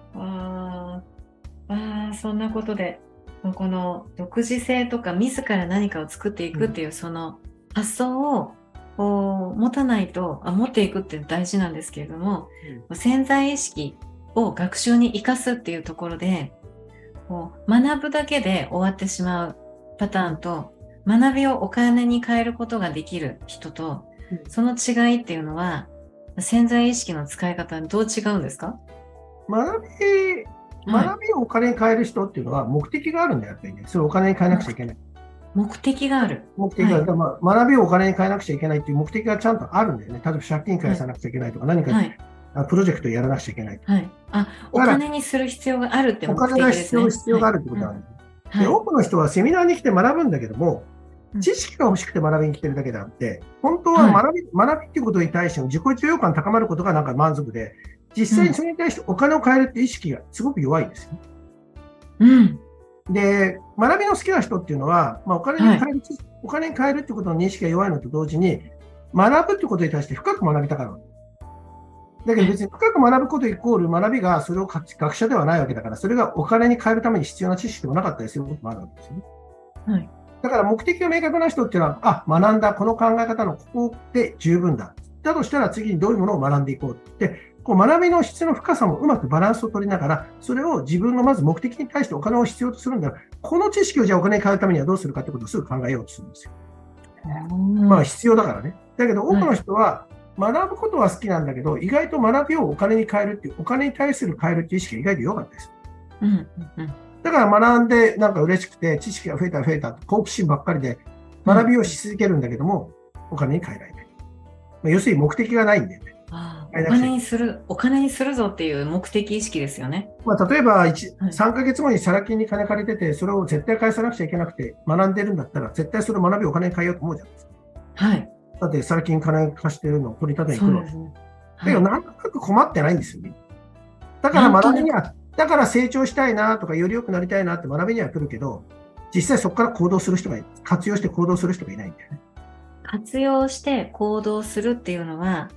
[SPEAKER 1] そんなことでこの独自性とか自ら何かを作っていくっていうその発想を持たないと持っていくって大事なんですけれども、潜在意識を学習に生かすっていうところで学ぶだけで終わってしまうパターンと、学びをお金に変えることができる人と、その違いっていうのは潜在意識の使い方どう違うんですか？
[SPEAKER 2] 学びをお金に変える人っていうのは目的があるんだよ、やっぱりね。それをお金に変えなくちゃいけない。
[SPEAKER 1] 目的がある。
[SPEAKER 2] 学びをお金に変えなくちゃいけないっていう目的がちゃんとあるんだよね。例えば借金返さなくちゃいけないとか、何か、プロジェクトをやらなくちゃいけないとか。
[SPEAKER 1] お金にする必要があるって目的ですね。
[SPEAKER 2] お金が必要があるってことなんです。で、多くの人はセミナーに来て学ぶんだけども、知識が欲しくて学びに来てるだけであって、本当は学びっていうことに対しての自己重要感高まることがなんか満足で、実際にそれに対してお金を変えるっていう意識がすごく弱いんですよ。で、学びの好きな人っていうのは、お金に変えるってことの認識が弱いのと同時に、学ぶってことに対して深く学びたがる。だけど別に深く学ぶことイコール学びがそれを学者ではないわけだから、それがお金に変えるために必要な知識でもなかったりすることもあるわけですよね。だから目的が明確な人っていうのは、学んだこの考え方のここで十分だ。だとしたら次にどういうものを学んでいこうって、学びの質の深さもうまくバランスを取りながら、それを自分のまず目的に対してお金を必要とするんだから、この知識をじゃあお金に変えるためにはどうするかってことをすぐ考えようとするんですよ。必要だからね。だけど多くの人は学ぶことは好きなんだけど、意外と学びをお金に変えるっていう、お金に対する変えるっていう意識が意外と弱かったです。だから学んでなんか嬉しくて、知識が増えた、好奇心ばっかりで学びをし続けるんだけども、お金に変えられない。要するに目的がないんだよね。
[SPEAKER 1] お金にするぞっていう目的意識ですよね。
[SPEAKER 2] 例えば3ヶ月後にサラ金に金借りてて、それを絶対返さなくちゃいけなくて学んでるんだったら、絶対それを学びをお金に変えようと思うじゃないですか。だってサラ金金貸してるのを取り立てに来るわけです。だけどなんとなく困ってないんですよね。だから学びには、だから成長したいなとか、より良くなりたいなって学びには来るけど、実際そこから行動する人が、活用して行動する人がいないんだよね。
[SPEAKER 1] 活用して行動するっていうのは、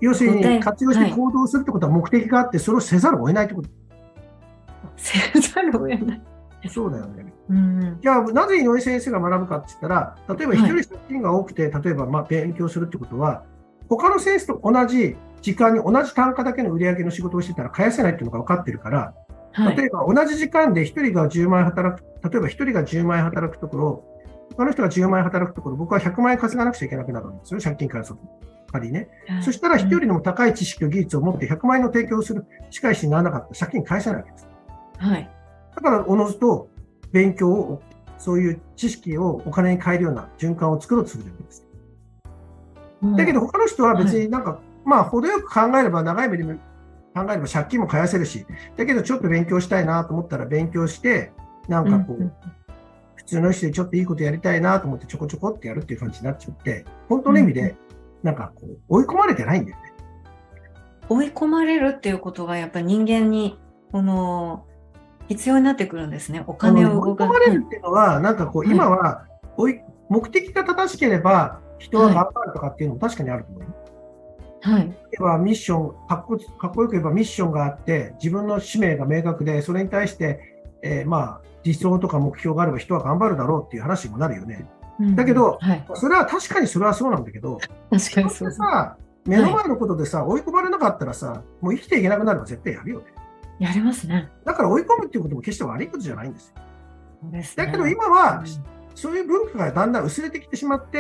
[SPEAKER 2] 要するに活用して行動するってことは目的があって、それをせざるを得ないってこと。
[SPEAKER 1] せざるを得ない。
[SPEAKER 2] そうだよね。じゃあ、なぜ井上先生が学ぶかって言ったら、例えば一人借金が多くて、例えば勉強するってことは、他の先生と同じ時間に同じ単価だけの売り上げの仕事をしてたら返せないっていうのが分かってるから、例えば同じ時間で一人が10万円働く、例えば一人が10万円働くところ、他の人が10万円働くところ、僕は100万円稼がなくちゃいけなくなるんですよ、借金から外。仮にね。そしたら一人でも高い知識と技術を持って100万円の提供をする仕返しにならなかったら借金返せないわけです。だから、おのずと勉強を、そういう知識をお金に変えるような循環を作ろうとするわけです。だけど他の人は別になんか、程よく考えれば、長い目で考えれば借金も返せるし、だけどちょっと勉強したいなと思ったら勉強して、なんかこう、普通の人でちょっといいことやりたいなと思ってちょこちょこってやるっていう感じになっちゃって、本当の意味で、なんかこう、追い込まれてないんだよね。
[SPEAKER 1] 追い込まれるっていうことがやっぱり人間に、必要になってくるんですね。お金を動かす。
[SPEAKER 2] 追い込まれるっていうのは、なんかこう、今は、目的が正しければ、人は頑張るとかっていうのも確かにあると思う。例えばミッション、かっこよく言えばミッションがあって、自分の使命が明確で、それに対して、理想とか目標があれば人は頑張るだろうっていう話にもなるよね。だけど、それは確かにそれはそうなんだけど、
[SPEAKER 1] 確かにそう
[SPEAKER 2] さ、目の前のことでさ、追い込まれなかったらさ、もう生きていけなくなれば絶対やるよね。
[SPEAKER 1] やりますね。
[SPEAKER 2] だから追い込むっていうことも決して悪いことじゃないんですよ。だけど今は、そういう文化がだんだん薄れてきてしまって、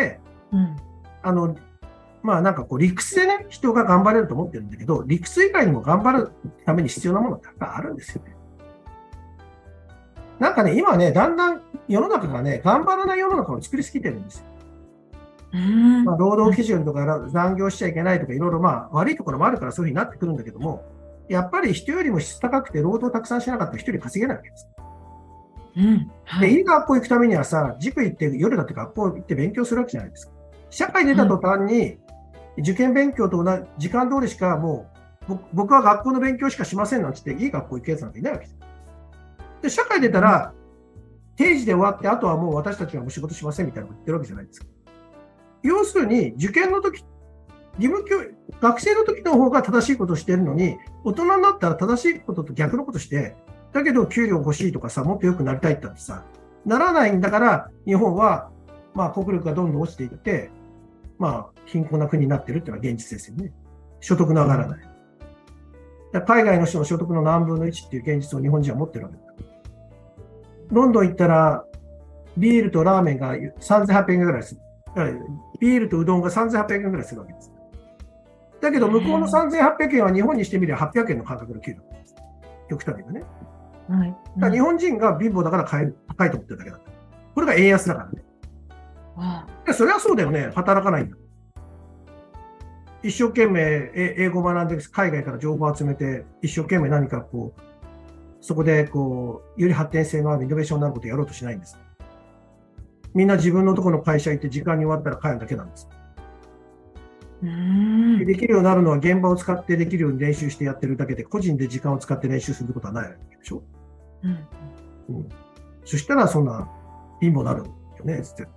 [SPEAKER 2] なんかこう理屈でね、人が頑張れると思ってるんだけど、理屈以外にも頑張るために必要なものってあるんですよね。なんかね、今ね、だんだん世の中がね、頑張らない世の中を作りすぎてるんですよ。労働基準とか残業しちゃいけないとかいろいろ悪いところもあるからそういうふうになってくるんだけども、やっぱり人よりも質高くて労働たくさんしなかったら一人稼げないわけです。で、いい学校行くためにはさ、塾行って夜だって学校行って勉強するわけじゃないですか。社会出た途端に、受験勉強と同じ時間通りしかもう、僕は学校の勉強しかしませんなんて言って、いい学校行くやつなんていないわけです。で、社会出たら、定時で終わって、あとはもう私たちはもう仕事しませんみたいなこと言ってるわけじゃないですか。要するに、受験の時、学生の時の方が正しいことをしているのに、大人になったら正しいことと逆のことして、だけど給料欲しいとかさ、もっと良くなりたいって言ってさ、ならないんだから、日本は、国力がどんどん落ちていって、貧困な国になっているっていうのは現実ですよね。所得の上がらない。海外の人の所得の何分の1っていう現実を日本人は持ってるわけだ。ロンドン行ったら、ビールとラーメンが3800円ぐらいする。ビールとうどんが3800円ぐらいするわけです。だけど、向こうの3800円は日本にしてみれば800円の感覚の給料なんです。極端に言うとね。だから日本人が貧乏だから高いと思ってるだけだ。これが円安だからね。それはそうだよね。働かないんだ。一生懸命英語を学んで海外から情報を集めて、一生懸命何かこう、そこでこう、より発展性のあるイノベーションになることをやろうとしないんです。みんな自分のところの会社行って時間に終わったら帰るだけなんです。できるようになるのは現場を使ってできるように練習してやってるだけで、個人で時間を使って練習することはないわけでしょ。そしたらそんな貧乏になるよね、絶対。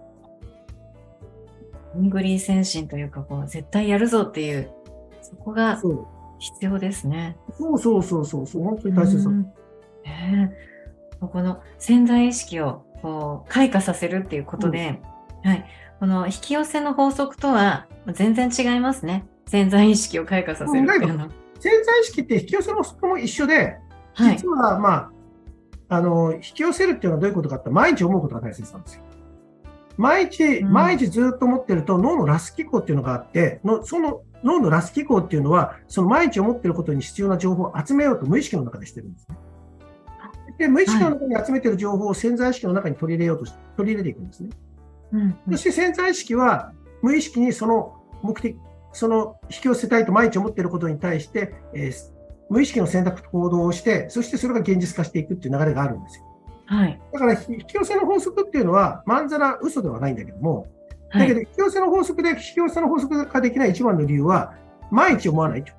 [SPEAKER 1] ハングリー精神というか、絶対やるぞっていう、そこが必要ですね。
[SPEAKER 2] そう、本当に大切だ。
[SPEAKER 1] この潜在意識を開花させるっていうことで、この引き寄せの法則とは全然違いますね。潜在意識を開花させるっていうのは。
[SPEAKER 2] 潜在意識って引き寄せの法則も一緒で、実は引き寄せるっていうのはどういうことかって毎日思うことが大切なんですよ。毎日ずっと思ってると脳のラス機構っていうのがあって、その脳のラス機構っていうのは、その毎日思ってることに必要な情報を集めようと無意識の中でしてるんですね。で、無意識の中に集めてる情報を潜在意識の中に取り入れていくんですね。そして潜在意識は無意識にその目的、その引き寄せたいと毎日思っていることに対して、無意識の選択と行動をして、そしてそれが現実化していくっていう流れがあるんですよ。だから引き寄せの法則っていうのはまんざら嘘ではないんだけども、だけど引き寄せの法則ができない一番の理由は毎日思わないと。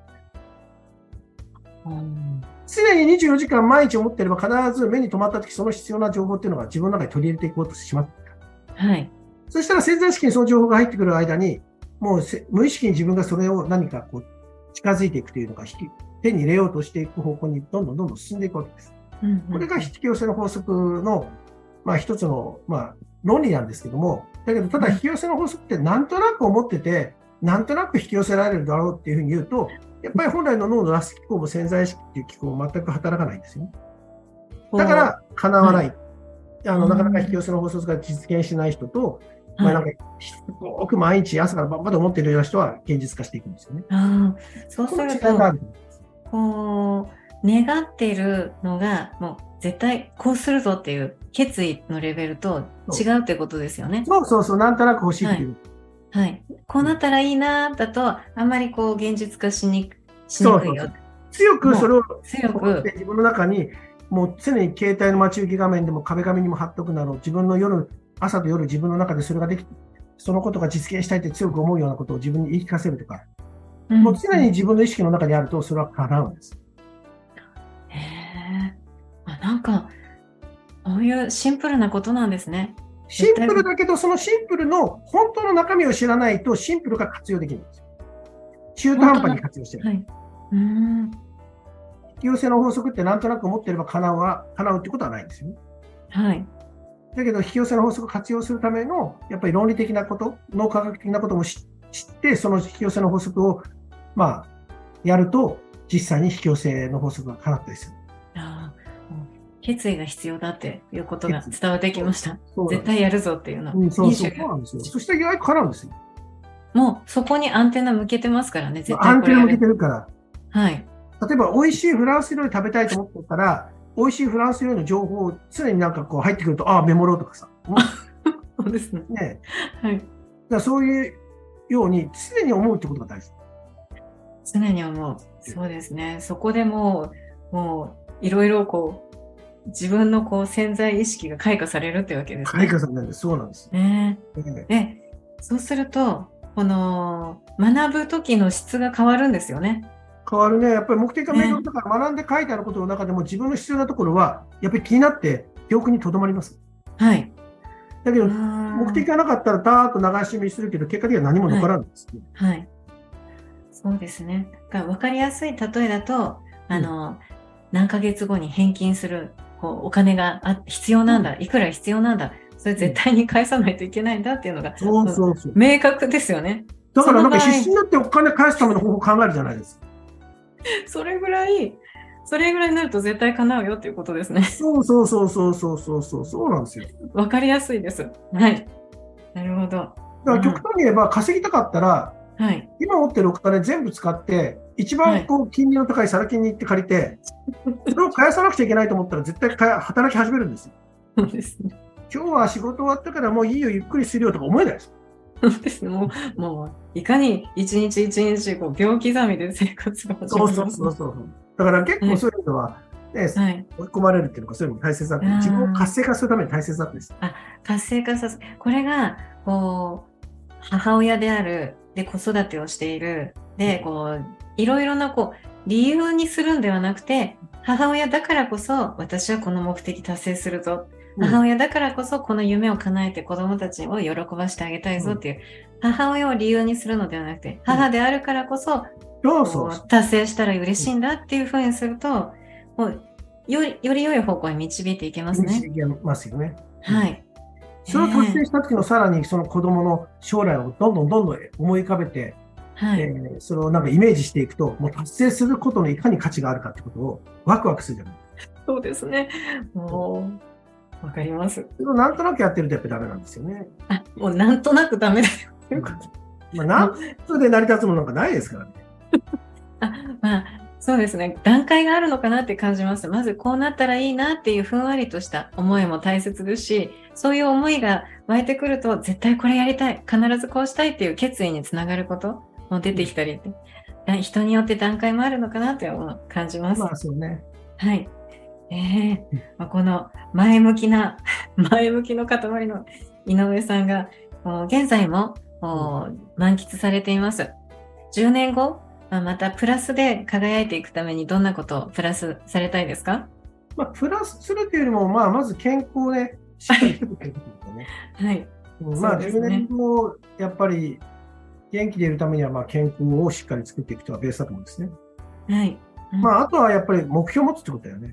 [SPEAKER 2] 常に24時間毎日思っていれば必ず目に留まったときその必要な情報っていうのが自分の中に取り入れていこうとします。そしたら潜在意識にその情報が入ってくる間にもう無意識に自分がそれを何かこう近づいていくというのか、手に入れようとしていく方向にどんどん進んでいくわけです。これが引き寄せの法則の、一つの、論理なんですけども、だけどただ引き寄せの法則ってなんとなく思ってて、なんとなく引き寄せられるだろうっていうふうに言うと、やっぱり本来の脳のラス機構も潜在意識っていう機構も全く働かないんですよね。だから叶わない。なかなか引き寄せの法則が実現しない人と、なんかすごく毎日朝から晩まで思っているような人は現実化していくんですよね。
[SPEAKER 1] そうすると、願っているのがもう絶対こうするぞっていう決意のレベルと違うってことですよね。
[SPEAKER 2] そう、なんとなく欲しいっていう。
[SPEAKER 1] はい。こうなったらいいなだと、あんまりこう現実化しにくいよ。
[SPEAKER 2] 強くそれを思って自分の中に、もう常に携帯の待ち受け画面でも壁紙にも貼っとくなど、自分の朝と夜自分の中でそれができて、そのことが実現したいって強く思うようなことを自分に言い聞かせるとか、もう常に自分の意識の中にあるとそれは叶うんです。
[SPEAKER 1] なんかそういうシンプルなことなんですね。
[SPEAKER 2] シンプルだけど、そのシンプルの本当の中身を知らないとシンプルが活用できるんですよ。中途半端に活用してる。引き寄せの法則ってなんとなく思ってれば叶うってことはないんですよね。
[SPEAKER 1] はい。
[SPEAKER 2] だけど引き寄せの法則を活用するためのやっぱり論理的なこと、脳科学的なことも知って、その引き寄せの法則をやると実際に引き寄せの法則が叶ったりする。
[SPEAKER 1] 決意が必要だっていうことが伝わってきました。絶対やるぞっていうの。
[SPEAKER 2] そうなんですよ。そして意外と叶うんですよ。
[SPEAKER 1] もうそこにアンテナ向けてますからね、絶対
[SPEAKER 2] アンテナ向けてるから。
[SPEAKER 1] はい。
[SPEAKER 2] 例えば美味しいフランス料理食べたいと思ってたら、美味しいフランス料理の情報を常になんかこう入ってくると、メモろうとかさ。
[SPEAKER 1] そうですね。
[SPEAKER 2] はい。だからそういうように常に思うってことが大事。
[SPEAKER 1] 常に思う。そうですね。そこでもういろいろこう自分のこう潜在意識が開花されるってわけですね。
[SPEAKER 2] 開花されるんです。そうなんです。
[SPEAKER 1] で、そうするとこの学ぶ時の質が変わるんですよね。
[SPEAKER 2] 変わるね。やっぱり目的が明確だから、学んで書いてあることの中でも自分の必要なところはやっぱり気になって記憶にとどまります。
[SPEAKER 1] はい。
[SPEAKER 2] だけど目的がなかったらダーッと流し見するけど結果的には何も残らないんですね。
[SPEAKER 1] はい。そうですね。分かりやすい例えだと何ヶ月後に返金するお金が必要なんだ、いくら必要なんだ、それ絶対に返さないといけないんだっていうのが、明確ですよね。
[SPEAKER 2] だからなんか必死になってお金返すための方法を考えるじゃないですか。
[SPEAKER 1] それぐらいになると絶対叶うよっていうことですね。
[SPEAKER 2] そうなんですよ。
[SPEAKER 1] わかりやすいです。はい。なるほど。だ
[SPEAKER 2] から極端に言えば稼ぎたかったら、今持ってるお金全部使って一番金利の高いサラ金に行って借りて、それを返さなくちゃいけないと思ったら絶対働き始めるんですよ。
[SPEAKER 1] そうですね。
[SPEAKER 2] 今日は仕事終わったからもういいよゆっくりするよとか思えないです。
[SPEAKER 1] そうですね。もういかに一日一日秒刻みで生活が始まる。
[SPEAKER 2] そう。だから結構そういうのは、追い込まれるっていうのがそういうのも大切だって、自分を活性化するために大切だったんです。
[SPEAKER 1] 活性化させ、これが母親であるで子育てをしているでいろいろな理由にするんではなくて、母親だからこそ私はこの目的達成するぞ、母親だからこそこの夢を叶えて子どもたちを喜ばしてあげたいぞっていう、母親を理由にするのではなくて、母であるからこそ達成したら嬉しいんだっていうふうにすると、より良い方向に導いていけますね。
[SPEAKER 2] 導けますよね。
[SPEAKER 1] はい。
[SPEAKER 2] それを達成した時のさらにその子供の将来をどんどん思い浮かべて、それをなんかイメージしていくと、もう達成することのいかに価値があるかってことをワクワクするじゃないですか。
[SPEAKER 1] そうですね。もうわかります。
[SPEAKER 2] それをなんとなくやってるとやっぱりダメなんですよね。
[SPEAKER 1] もうなんとなくダメだよということ。
[SPEAKER 2] なんとで成り立つものなんかないですからね。
[SPEAKER 1] そうですね。段階があるのかなって感じます。まずこうなったらいいなっていうふんわりとした思いも大切ですし、そういう思いが湧いてくると絶対これやりたい、必ずこうしたいっていう決意につながることも出てきたり、人によって段階もあるのかなって感じます。
[SPEAKER 2] そうね。
[SPEAKER 1] はい。この前向きの塊の井上さんが現在も満喫されています。10年後またプラスで輝いていくためにどんなことをプラスされたいですか？
[SPEAKER 2] プラスするというよりも、まず健康でしっかりしていくということですね。
[SPEAKER 1] はい。
[SPEAKER 2] 10年後、やっぱり元気でいるためには、まあ、健康をしっかり作っていくことがベースだと思うんですね。
[SPEAKER 1] はい。
[SPEAKER 2] まあ、あとはやっぱり目標を持つってことだよね。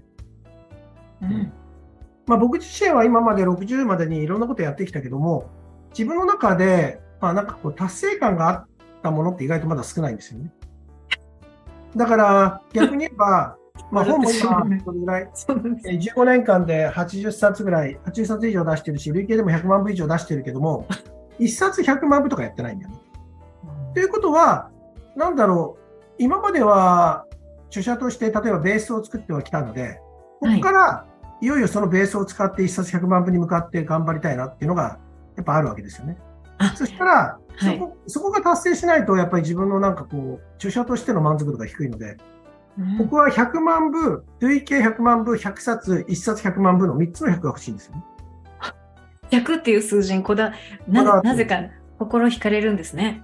[SPEAKER 2] まあ、僕自身は今まで60までにいろんなことやってきたけども、自分の中で、まあ、なんかこう達成感があったものって意外とまだ少ないんですよね。だから逆に言えば、まあ、本も今、これぐらい、15年間で80冊ぐらい、80冊以上出してるし、累計でも100万部以上出してるけども、1冊100万部とかやってないんだよね。ということは、なんだろう、今までは著者として例えばベースを作ってはきたので、ここからいよいよそのベースを使って1冊100万部に向かって頑張りたいなっていうのがやっぱあるわけですよね。そしたら、そこが達成しないと、やっぱり自分のなんかこう、著者としての満足度が低いので、僕は100万部、累計100万部、100冊、1冊100万部の3つの100が欲しいんですよね。
[SPEAKER 1] 100っていう数字になぜか心惹かれるんですね。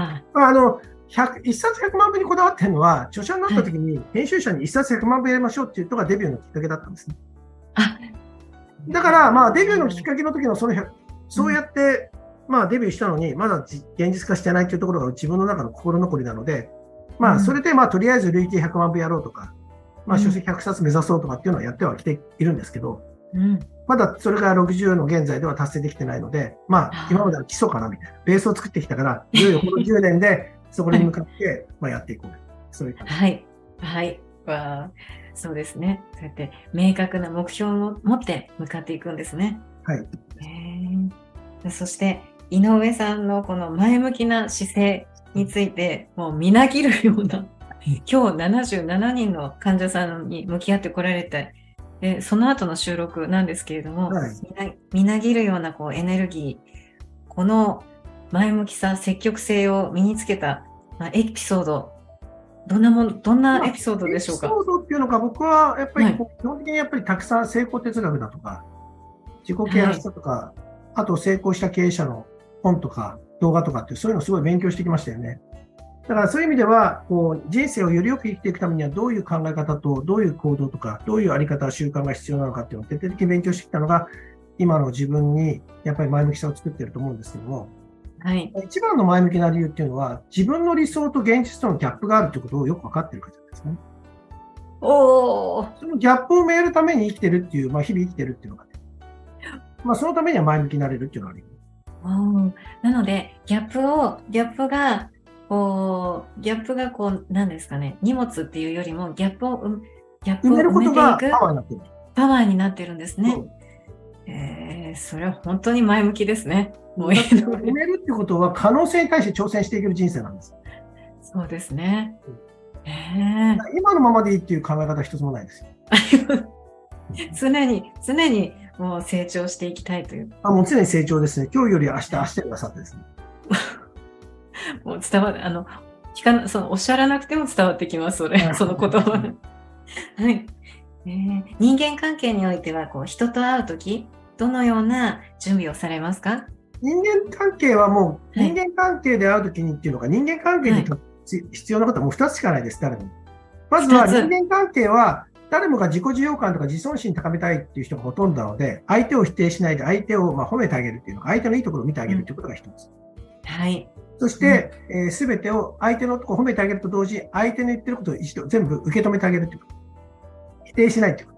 [SPEAKER 2] 1冊100万部にこだわってるのは、著者になった時に編集者に1冊100万部やりましょうっていうのがデビューのきっかけだったんですね。だから、まあ、デビューのきっかけの時のそうやって、まあ、デビューしたのに、まだ現実化してないというところが自分の中の心残りなので、まあ、それで、まあ、とりあえず累計100万部やろうとか、まあ、書籍100冊目指そうとかっていうのはやってはきているんですけど、まだそれが60の現在では達成できてないので、まあ、今までは基礎かなみたいな、ベースを作ってきたから、いよいよこの10年でそこに向かって、まあ、やっていこう。そういう感じ。
[SPEAKER 1] はい。はい。そうですね。そうやって明確な目標を持って向かっていくんですね。
[SPEAKER 2] はい。
[SPEAKER 1] そして、井上さんのこの前向きな姿勢について、もうみなぎるような、今日77人の患者さんに向き合ってこられて、でその後の収録なんですけれども、みなぎるようなこうエネルギー、この前向きさ、積極性を身につけた、エピソード、どんなエピソードでしょうか。
[SPEAKER 2] エピソードっていうのが、僕はやっぱり、基本的にやっぱりたくさん成功哲学だとか、自己啓発とか、あと成功した経営者の本とか動画とかってそういうのをすごい勉強してきましたよね。だからそういう意味では、こう人生をよりよく生きていくためにはどういう考え方とどういう行動とか、どういうあり方、習慣が必要なのかっていうのを徹底的に勉強してきたのが、今の自分にやっぱり前向きさを作っていると思うんですけども、一番の前向きな理由っていうのは、自分の理想と現実とのギャップがあるということをよく分かっているからですね。そのギャップを埋めるために生きてるっていう、日々生きてるっていうのがね、そのためには前向きになれるっていうのがある。
[SPEAKER 1] なので、ギャップが何ですかね、荷物っていうよりも、ギャップを埋めていくパワーになってるんですね。それは本当に前向きですね。
[SPEAKER 2] 埋めるってことは、可能性に対して挑戦していける人生なんです。
[SPEAKER 1] そうですね。
[SPEAKER 2] 今のままでいいっていう考え方一つもないですよ。
[SPEAKER 1] 常にもう成長していきたいという。
[SPEAKER 2] もう常に成長ですね。今日より明日くださってですね。
[SPEAKER 1] もう伝わる、おっしゃらなくても伝わってきます、その言葉。はい。人間関係においては、人と会うとき、どのような準備をされますか？
[SPEAKER 2] 人間関係はもう、人間関係で会うときにっていうのが、人間関係に必要なことはもう2つしかないです、誰も。まずは人間関係は、誰もが自己需要感とか自尊心高めたいっていう人がほとんどなので、相手を否定しないで相手を褒めてあげるっていうのが、相手のいいところを見てあげるということが一つ。
[SPEAKER 1] はい。
[SPEAKER 2] そして、すべてを相手のところを褒めてあげると同時に、相手の言ってることを一度全部受け止めてあげるということ。否定しないということ。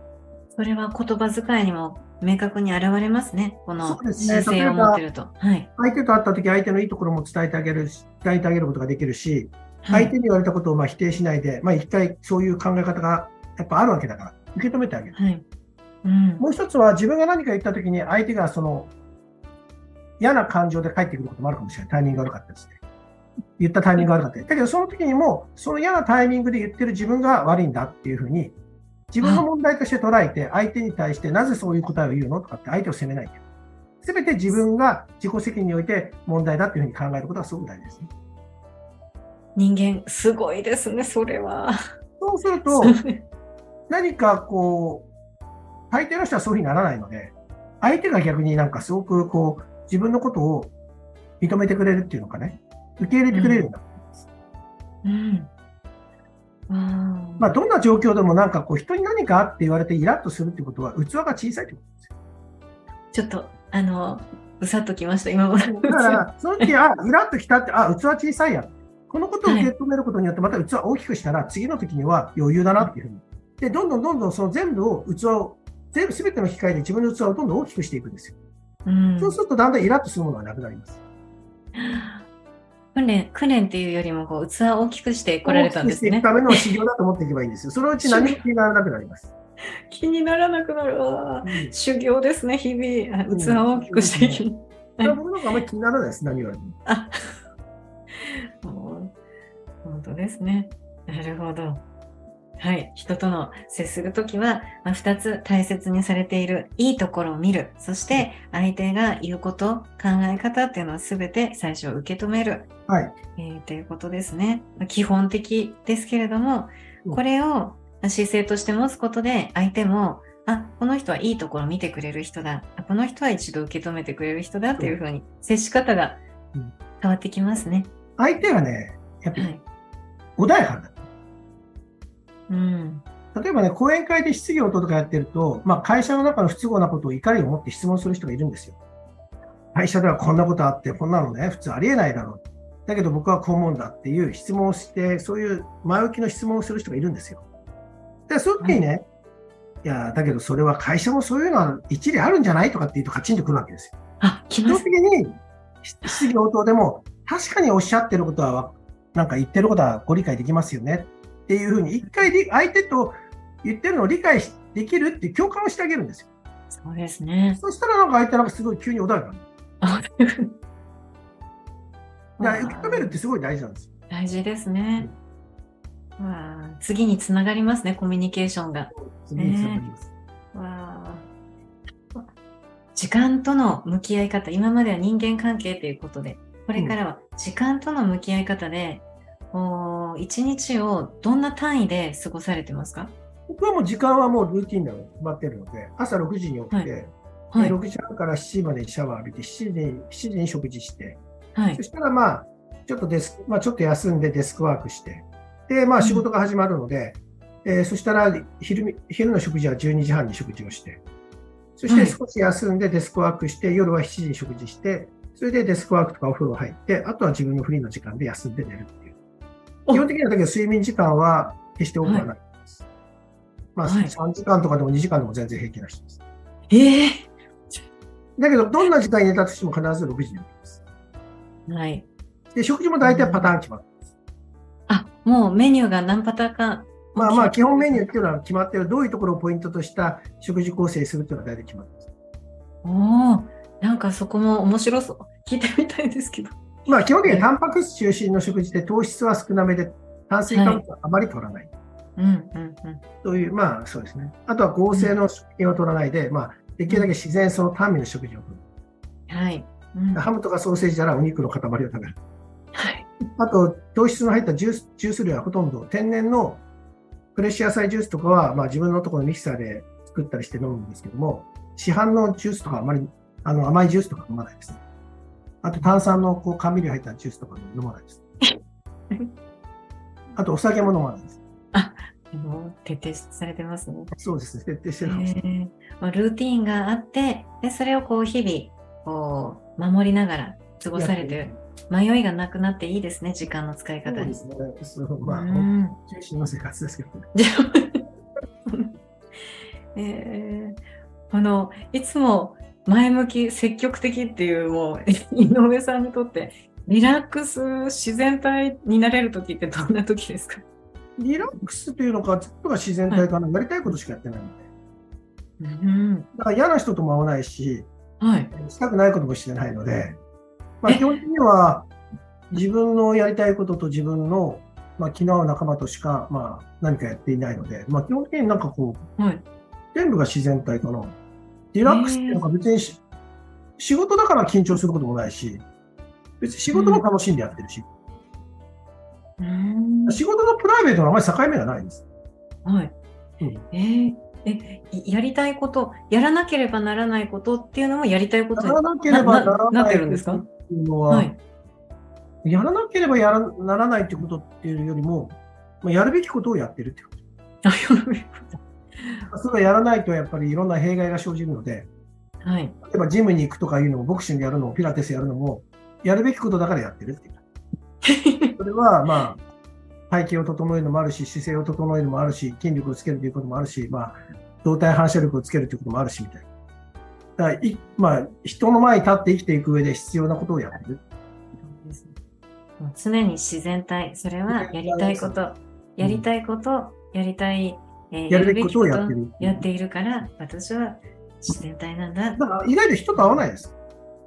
[SPEAKER 1] それは言葉遣いにも明確に現れますね。この姿勢を持っていると。
[SPEAKER 2] 相手と会ったとき、相手のいいところも伝えてあげることができるし、相手に言われたことを否定しないで、一回そういう考え方がやっぱあるわけだから、受け止めてあげる。もう一つは、自分が何か言ったときに、相手がその嫌な感情で返ってくることもあるかもしれない。タイミングが悪かったですね。言ったタイミングが悪かった。だけど、その時にも、その嫌なタイミングで言ってる自分が悪いんだっていうふうに、自分の問題として捉えて、相手に対してなぜそういう答えを言うのとかって相手を責めない。すべて自分が自己責任において問題だっていうふうに考えることがすごく大事ですね。
[SPEAKER 1] 人間、すごいですね、それは。
[SPEAKER 2] そうすると、何か大抵の人はそういうふうにならないので、相手が逆になんかすごく自分のことを認めてくれるっていうのかね、受け入れてくれるようになってます。どんな状況でもなんか人に何かあって言われてイラッとするってことは器が小さいってことですよ。
[SPEAKER 1] ちょっとうさっときました、今まで。
[SPEAKER 2] だから、その時、イラッときたって、器小さいや。このことを受け止めることによって、また器を大きくしたら、次の時には余裕だなっていうふうに。で、どんどんその全部をすべての機械で自分の器をどんどん大きくしていくんですよ。そうすると、だんだんイラッとするものはなくなります。
[SPEAKER 1] 訓練っていうよりも、器を大きくして来られたんですね。
[SPEAKER 2] 大きくしていくための修行だと思っていけばいいんですよ。そのうち何も気にならなくなります。
[SPEAKER 1] 気にならなくなる。修行ですね、日々。器を大きくしていきます。
[SPEAKER 2] 僕なんかあんまり気にならないです、何言われて
[SPEAKER 1] も。本当ですね。なるほど。はい。人との接するときは、2つ大切にされている、いいところを見る。そして、相手が言うこと、考え方っていうのをすべて最初受け止める。
[SPEAKER 2] はい。
[SPEAKER 1] ということですね。基本的ですけれども、これを姿勢として持つことで、相手も、この人はいいところを見てくれる人だ。この人は一度受け止めてくれる人だっていうふうに、接し方が変わってきますね。
[SPEAKER 2] 相手はね、やっぱり穏やかだ。例えばね、講演会で質疑応答とかやってると、会社の中の不都合なことを怒りを持って質問する人がいるんですよ。会社ではこんなことあって、こんなのね、普通ありえないだろう。だけど僕はこう思うんだっていう質問をして、そういう前置きの質問をする人がいるんですよ。で、その時にね、いや、だけどそれは会社もそういうのは一理あるんじゃないとかって言うとカチンとくるわけですよ。
[SPEAKER 1] 基本
[SPEAKER 2] 的に質疑応答でも、確かにおっしゃってることは、なんか言ってることはご理解できますよねっていうふうに、一回相手と言ってるのを理解できるっていう共感をしてあげるんですよ。
[SPEAKER 1] そうですね。
[SPEAKER 2] そしたらなんか相手なんかすごい急に穏やかになる。受け止めるってすごい大事なんですよ。
[SPEAKER 1] 大事ですね。次につながりますね、コミュニケーションが。
[SPEAKER 2] 次につながります。
[SPEAKER 1] 時間との向き合い方、今までは人間関係ということで、これからは時間との向き合い方で、一日をどんな単位で過ごされてますか？
[SPEAKER 2] 僕はもう時間はもうルーティンで決まってるので、朝6時に起きて、6時半から7時までシャワー浴びて、7時に食事して、そしたらちょっと休んでデスクワークして、で、仕事が始まるので、そしたら昼の食事は12時半に食事をして、そして少し休んでデスクワークして、夜は7時に食事して、それでデスクワークとかお風呂入って、あとは自分のフリーの時間で休んで寝るっていう。基本的にはだけど睡眠時間は決して多くはないです。3時間とかでも2時間でも全然平気な人です。だけど、どんな時間に寝たとしても必ず6時に起きます。で、食事も大体パターン決まってます。
[SPEAKER 1] もうメニューが何パターンか。
[SPEAKER 2] 基本メニューっていうのは決まっている。どういうところをポイントとした食事構成するっていうのは大体決まってます。
[SPEAKER 1] なんかそこも面白そう。聞いてみたいですけど。
[SPEAKER 2] 基本的にタンパク質中心の食事で糖質は少なめで、炭水化物はあまり取らない。そういう、そうですね。あとは合成の食品を取らないで、できるだけ自然その単味の食事を取る。ハムとかソーセージならお肉の塊を食べる。あと、糖質の入ったジュース類はほとんど天然のフレッシュ野菜ジュースとかは、自分のところのミキサーで作ったりして飲むんですけども、市販のジュースとかあまり、甘いジュースとか飲まないですね。あと、炭酸の甘味料入ったジュースとか飲まないです。あと、お酒も飲まないです。
[SPEAKER 1] 徹底されてますね。
[SPEAKER 2] そうですね、徹底してるんです。
[SPEAKER 1] ルーティーンがあって、でそれを日々守りながら過ごされてる。迷いがなくなっていいですね、時間の使い方に。
[SPEAKER 2] そうですね。中心の生活ですけど
[SPEAKER 1] ね。いつも前向き、積極的っていう、もう、井上さんにとって、リラックス、自然体になれるときってどんなときですか？
[SPEAKER 2] リラックスというのか、ずっとが自然体かな、やりたいことしかやってないので。だから嫌な人とも会わないし、したくないこともしてないので、基本的には自分のやりたいことと自分の、気の合う仲間としか、何かやっていないので、基本的になんか全部が自然体かな。リラックスっていうのが別に仕事だから緊張することもないし、別に仕事も楽しんでやってるし、仕事のプライベートのあまり境目がないんです。
[SPEAKER 1] やりたいこと、やらなければならないことっていうのもやりたいことに
[SPEAKER 2] やらなければならない
[SPEAKER 1] なってるんですか？
[SPEAKER 2] っていうのは、やらなければならないってことっていうよりも、やるべきことをやってるってこと。それはやらないとやっぱりいろんな弊害が生じるので、
[SPEAKER 1] はい。
[SPEAKER 2] 例えばジムに行くとかいうのも、ボクシングやるのも、ピラティスやるのも、やるべきことだからやってるっていう。それは、まあ、体型を整えるのもあるし、姿勢を整えるのもあるし、筋力をつけるということもあるし、まあ、動体反射力をつけるということもあるし、みたいな。だからまあ、人の前に立って生きていく上で必要なことをやってる。
[SPEAKER 1] 常に自然体、それはやりたいこと、やりたいこと、やりたい、
[SPEAKER 2] やるべきことをやってる。
[SPEAKER 1] やっているから、私は自然体なんだ。
[SPEAKER 2] だから意外と人と会わないです。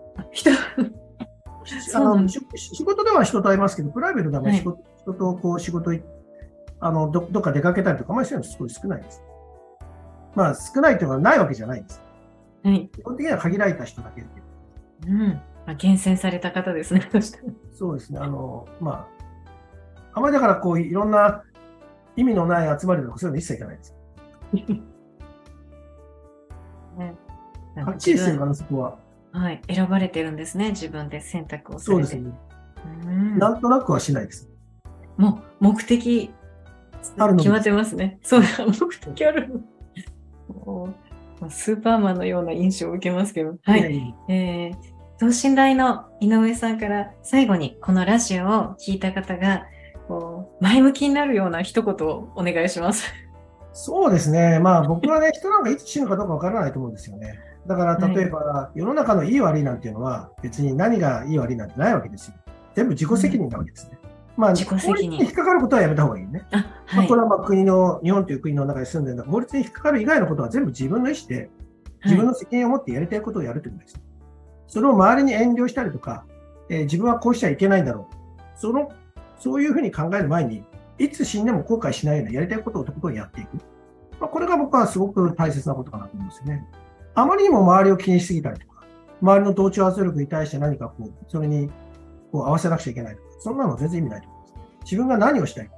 [SPEAKER 2] 仕事では人と会いますけど、プライベートでは人とこう仕事どっか出かけたりとか、そういうのすごい少ないです。まあ、少ないというのはないわけじゃないんです。
[SPEAKER 1] はい。
[SPEAKER 2] 基本的には限られた人だけっていう。
[SPEAKER 1] 厳選された方ですね。
[SPEAKER 2] そうですね。まあ、あまりだからこういろんな意味のない集まりとかそういうの一切いかないです。はっきりしてるかな、そこは。
[SPEAKER 1] はい。選ばれてるんですね。自分で選択をされて。
[SPEAKER 2] そうですね。なんとなくはしないです。
[SPEAKER 1] もう目的決まってますね。そうだ、目的あるの。スーパーマンのような印象を受けますけど。はい。等身大の井上さんから最後にこのラジオを聞いた方が前向きになるような一言をお願いします。
[SPEAKER 2] そうですね。まあ僕はね、人なんかいつ死ぬかどうかわからないと思うんですよね。だから例えば、世の中のいい悪いなんていうのは別に何がいい悪いなんてないわけですよ。全部自己責任なわけですね。まあ、
[SPEAKER 1] 自己責任。
[SPEAKER 2] 法律に引っかかることはやめた方がいいね。はい、これはまあ日本という国の中に住んでるんだ。法律に引っかかる以外のことは全部自分の意思で、自分の責任を持ってやりたいことをやるということです。それを周りに遠慮したりとか、自分はこうしちゃいけないんだろう。そういうふうに考える前に、いつ死んでも後悔しないようなやりたいことをとことんやっていく。これが僕はすごく大切なことかなと思うんですよね。あまりにも周りを気にしすぎたりとか、周りの同調圧力に対して何かそれに合わせなくちゃいけないとか、そんなの全然意味ないと思います。自分が何をしたいか。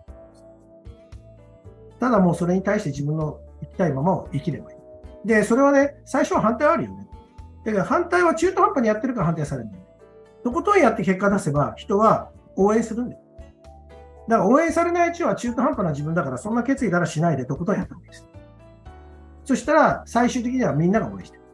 [SPEAKER 2] ただもうそれに対して自分の生きたいままを生きればいい。で、それはね、最初は反対はあるよね。だけど反対は中途半端にやってるから反対されるんだよね。とことんやって結果出せば人は応援するんだよ。だから応援されないうちは中途半端な自分だから、そんな決意ならしないでとことんやったわけです。そしたら最終的にはみんなが応援してる。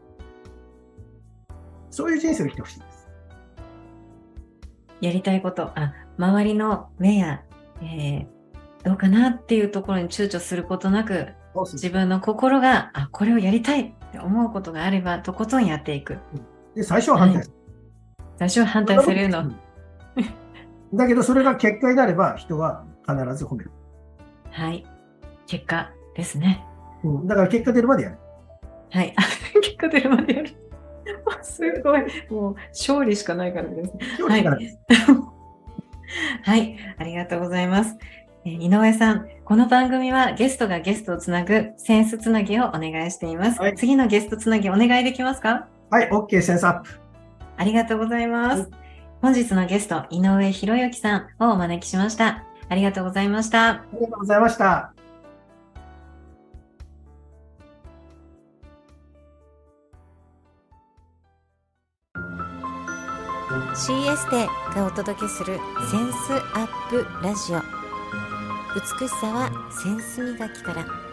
[SPEAKER 2] そういう人生を生きてほしいです。
[SPEAKER 1] やりたいこと、周りの目や、どうかなっていうところに躊躇することなく、自分の心がこれをやりたいって思うことがあればとことんやっていく。
[SPEAKER 2] で最初は反対、
[SPEAKER 1] 最初は反対されるの。
[SPEAKER 2] だけどそれが結果になれば人は必ず褒める。
[SPEAKER 1] はい。結果ですね。
[SPEAKER 2] だから結果出るまでやる。
[SPEAKER 1] はい。結果出るまでやる。すごい。もう勝利しかないからですね。
[SPEAKER 2] 勝利しかないです。
[SPEAKER 1] はい。ありがとうございます。井上さん、この番組はゲストがゲストをつなぐセンスつなぎをお願いしています。はい、次のゲストつなぎお願いできますか？
[SPEAKER 2] はい、OK、センスアップ。
[SPEAKER 1] ありがとうございます。本日のゲスト、井上博之さんをお招きしました。ありがとうございました。
[SPEAKER 2] ありがとうございました。
[SPEAKER 3] CS でがお届けするセンスアップラジオ。美しさはセンス磨きから。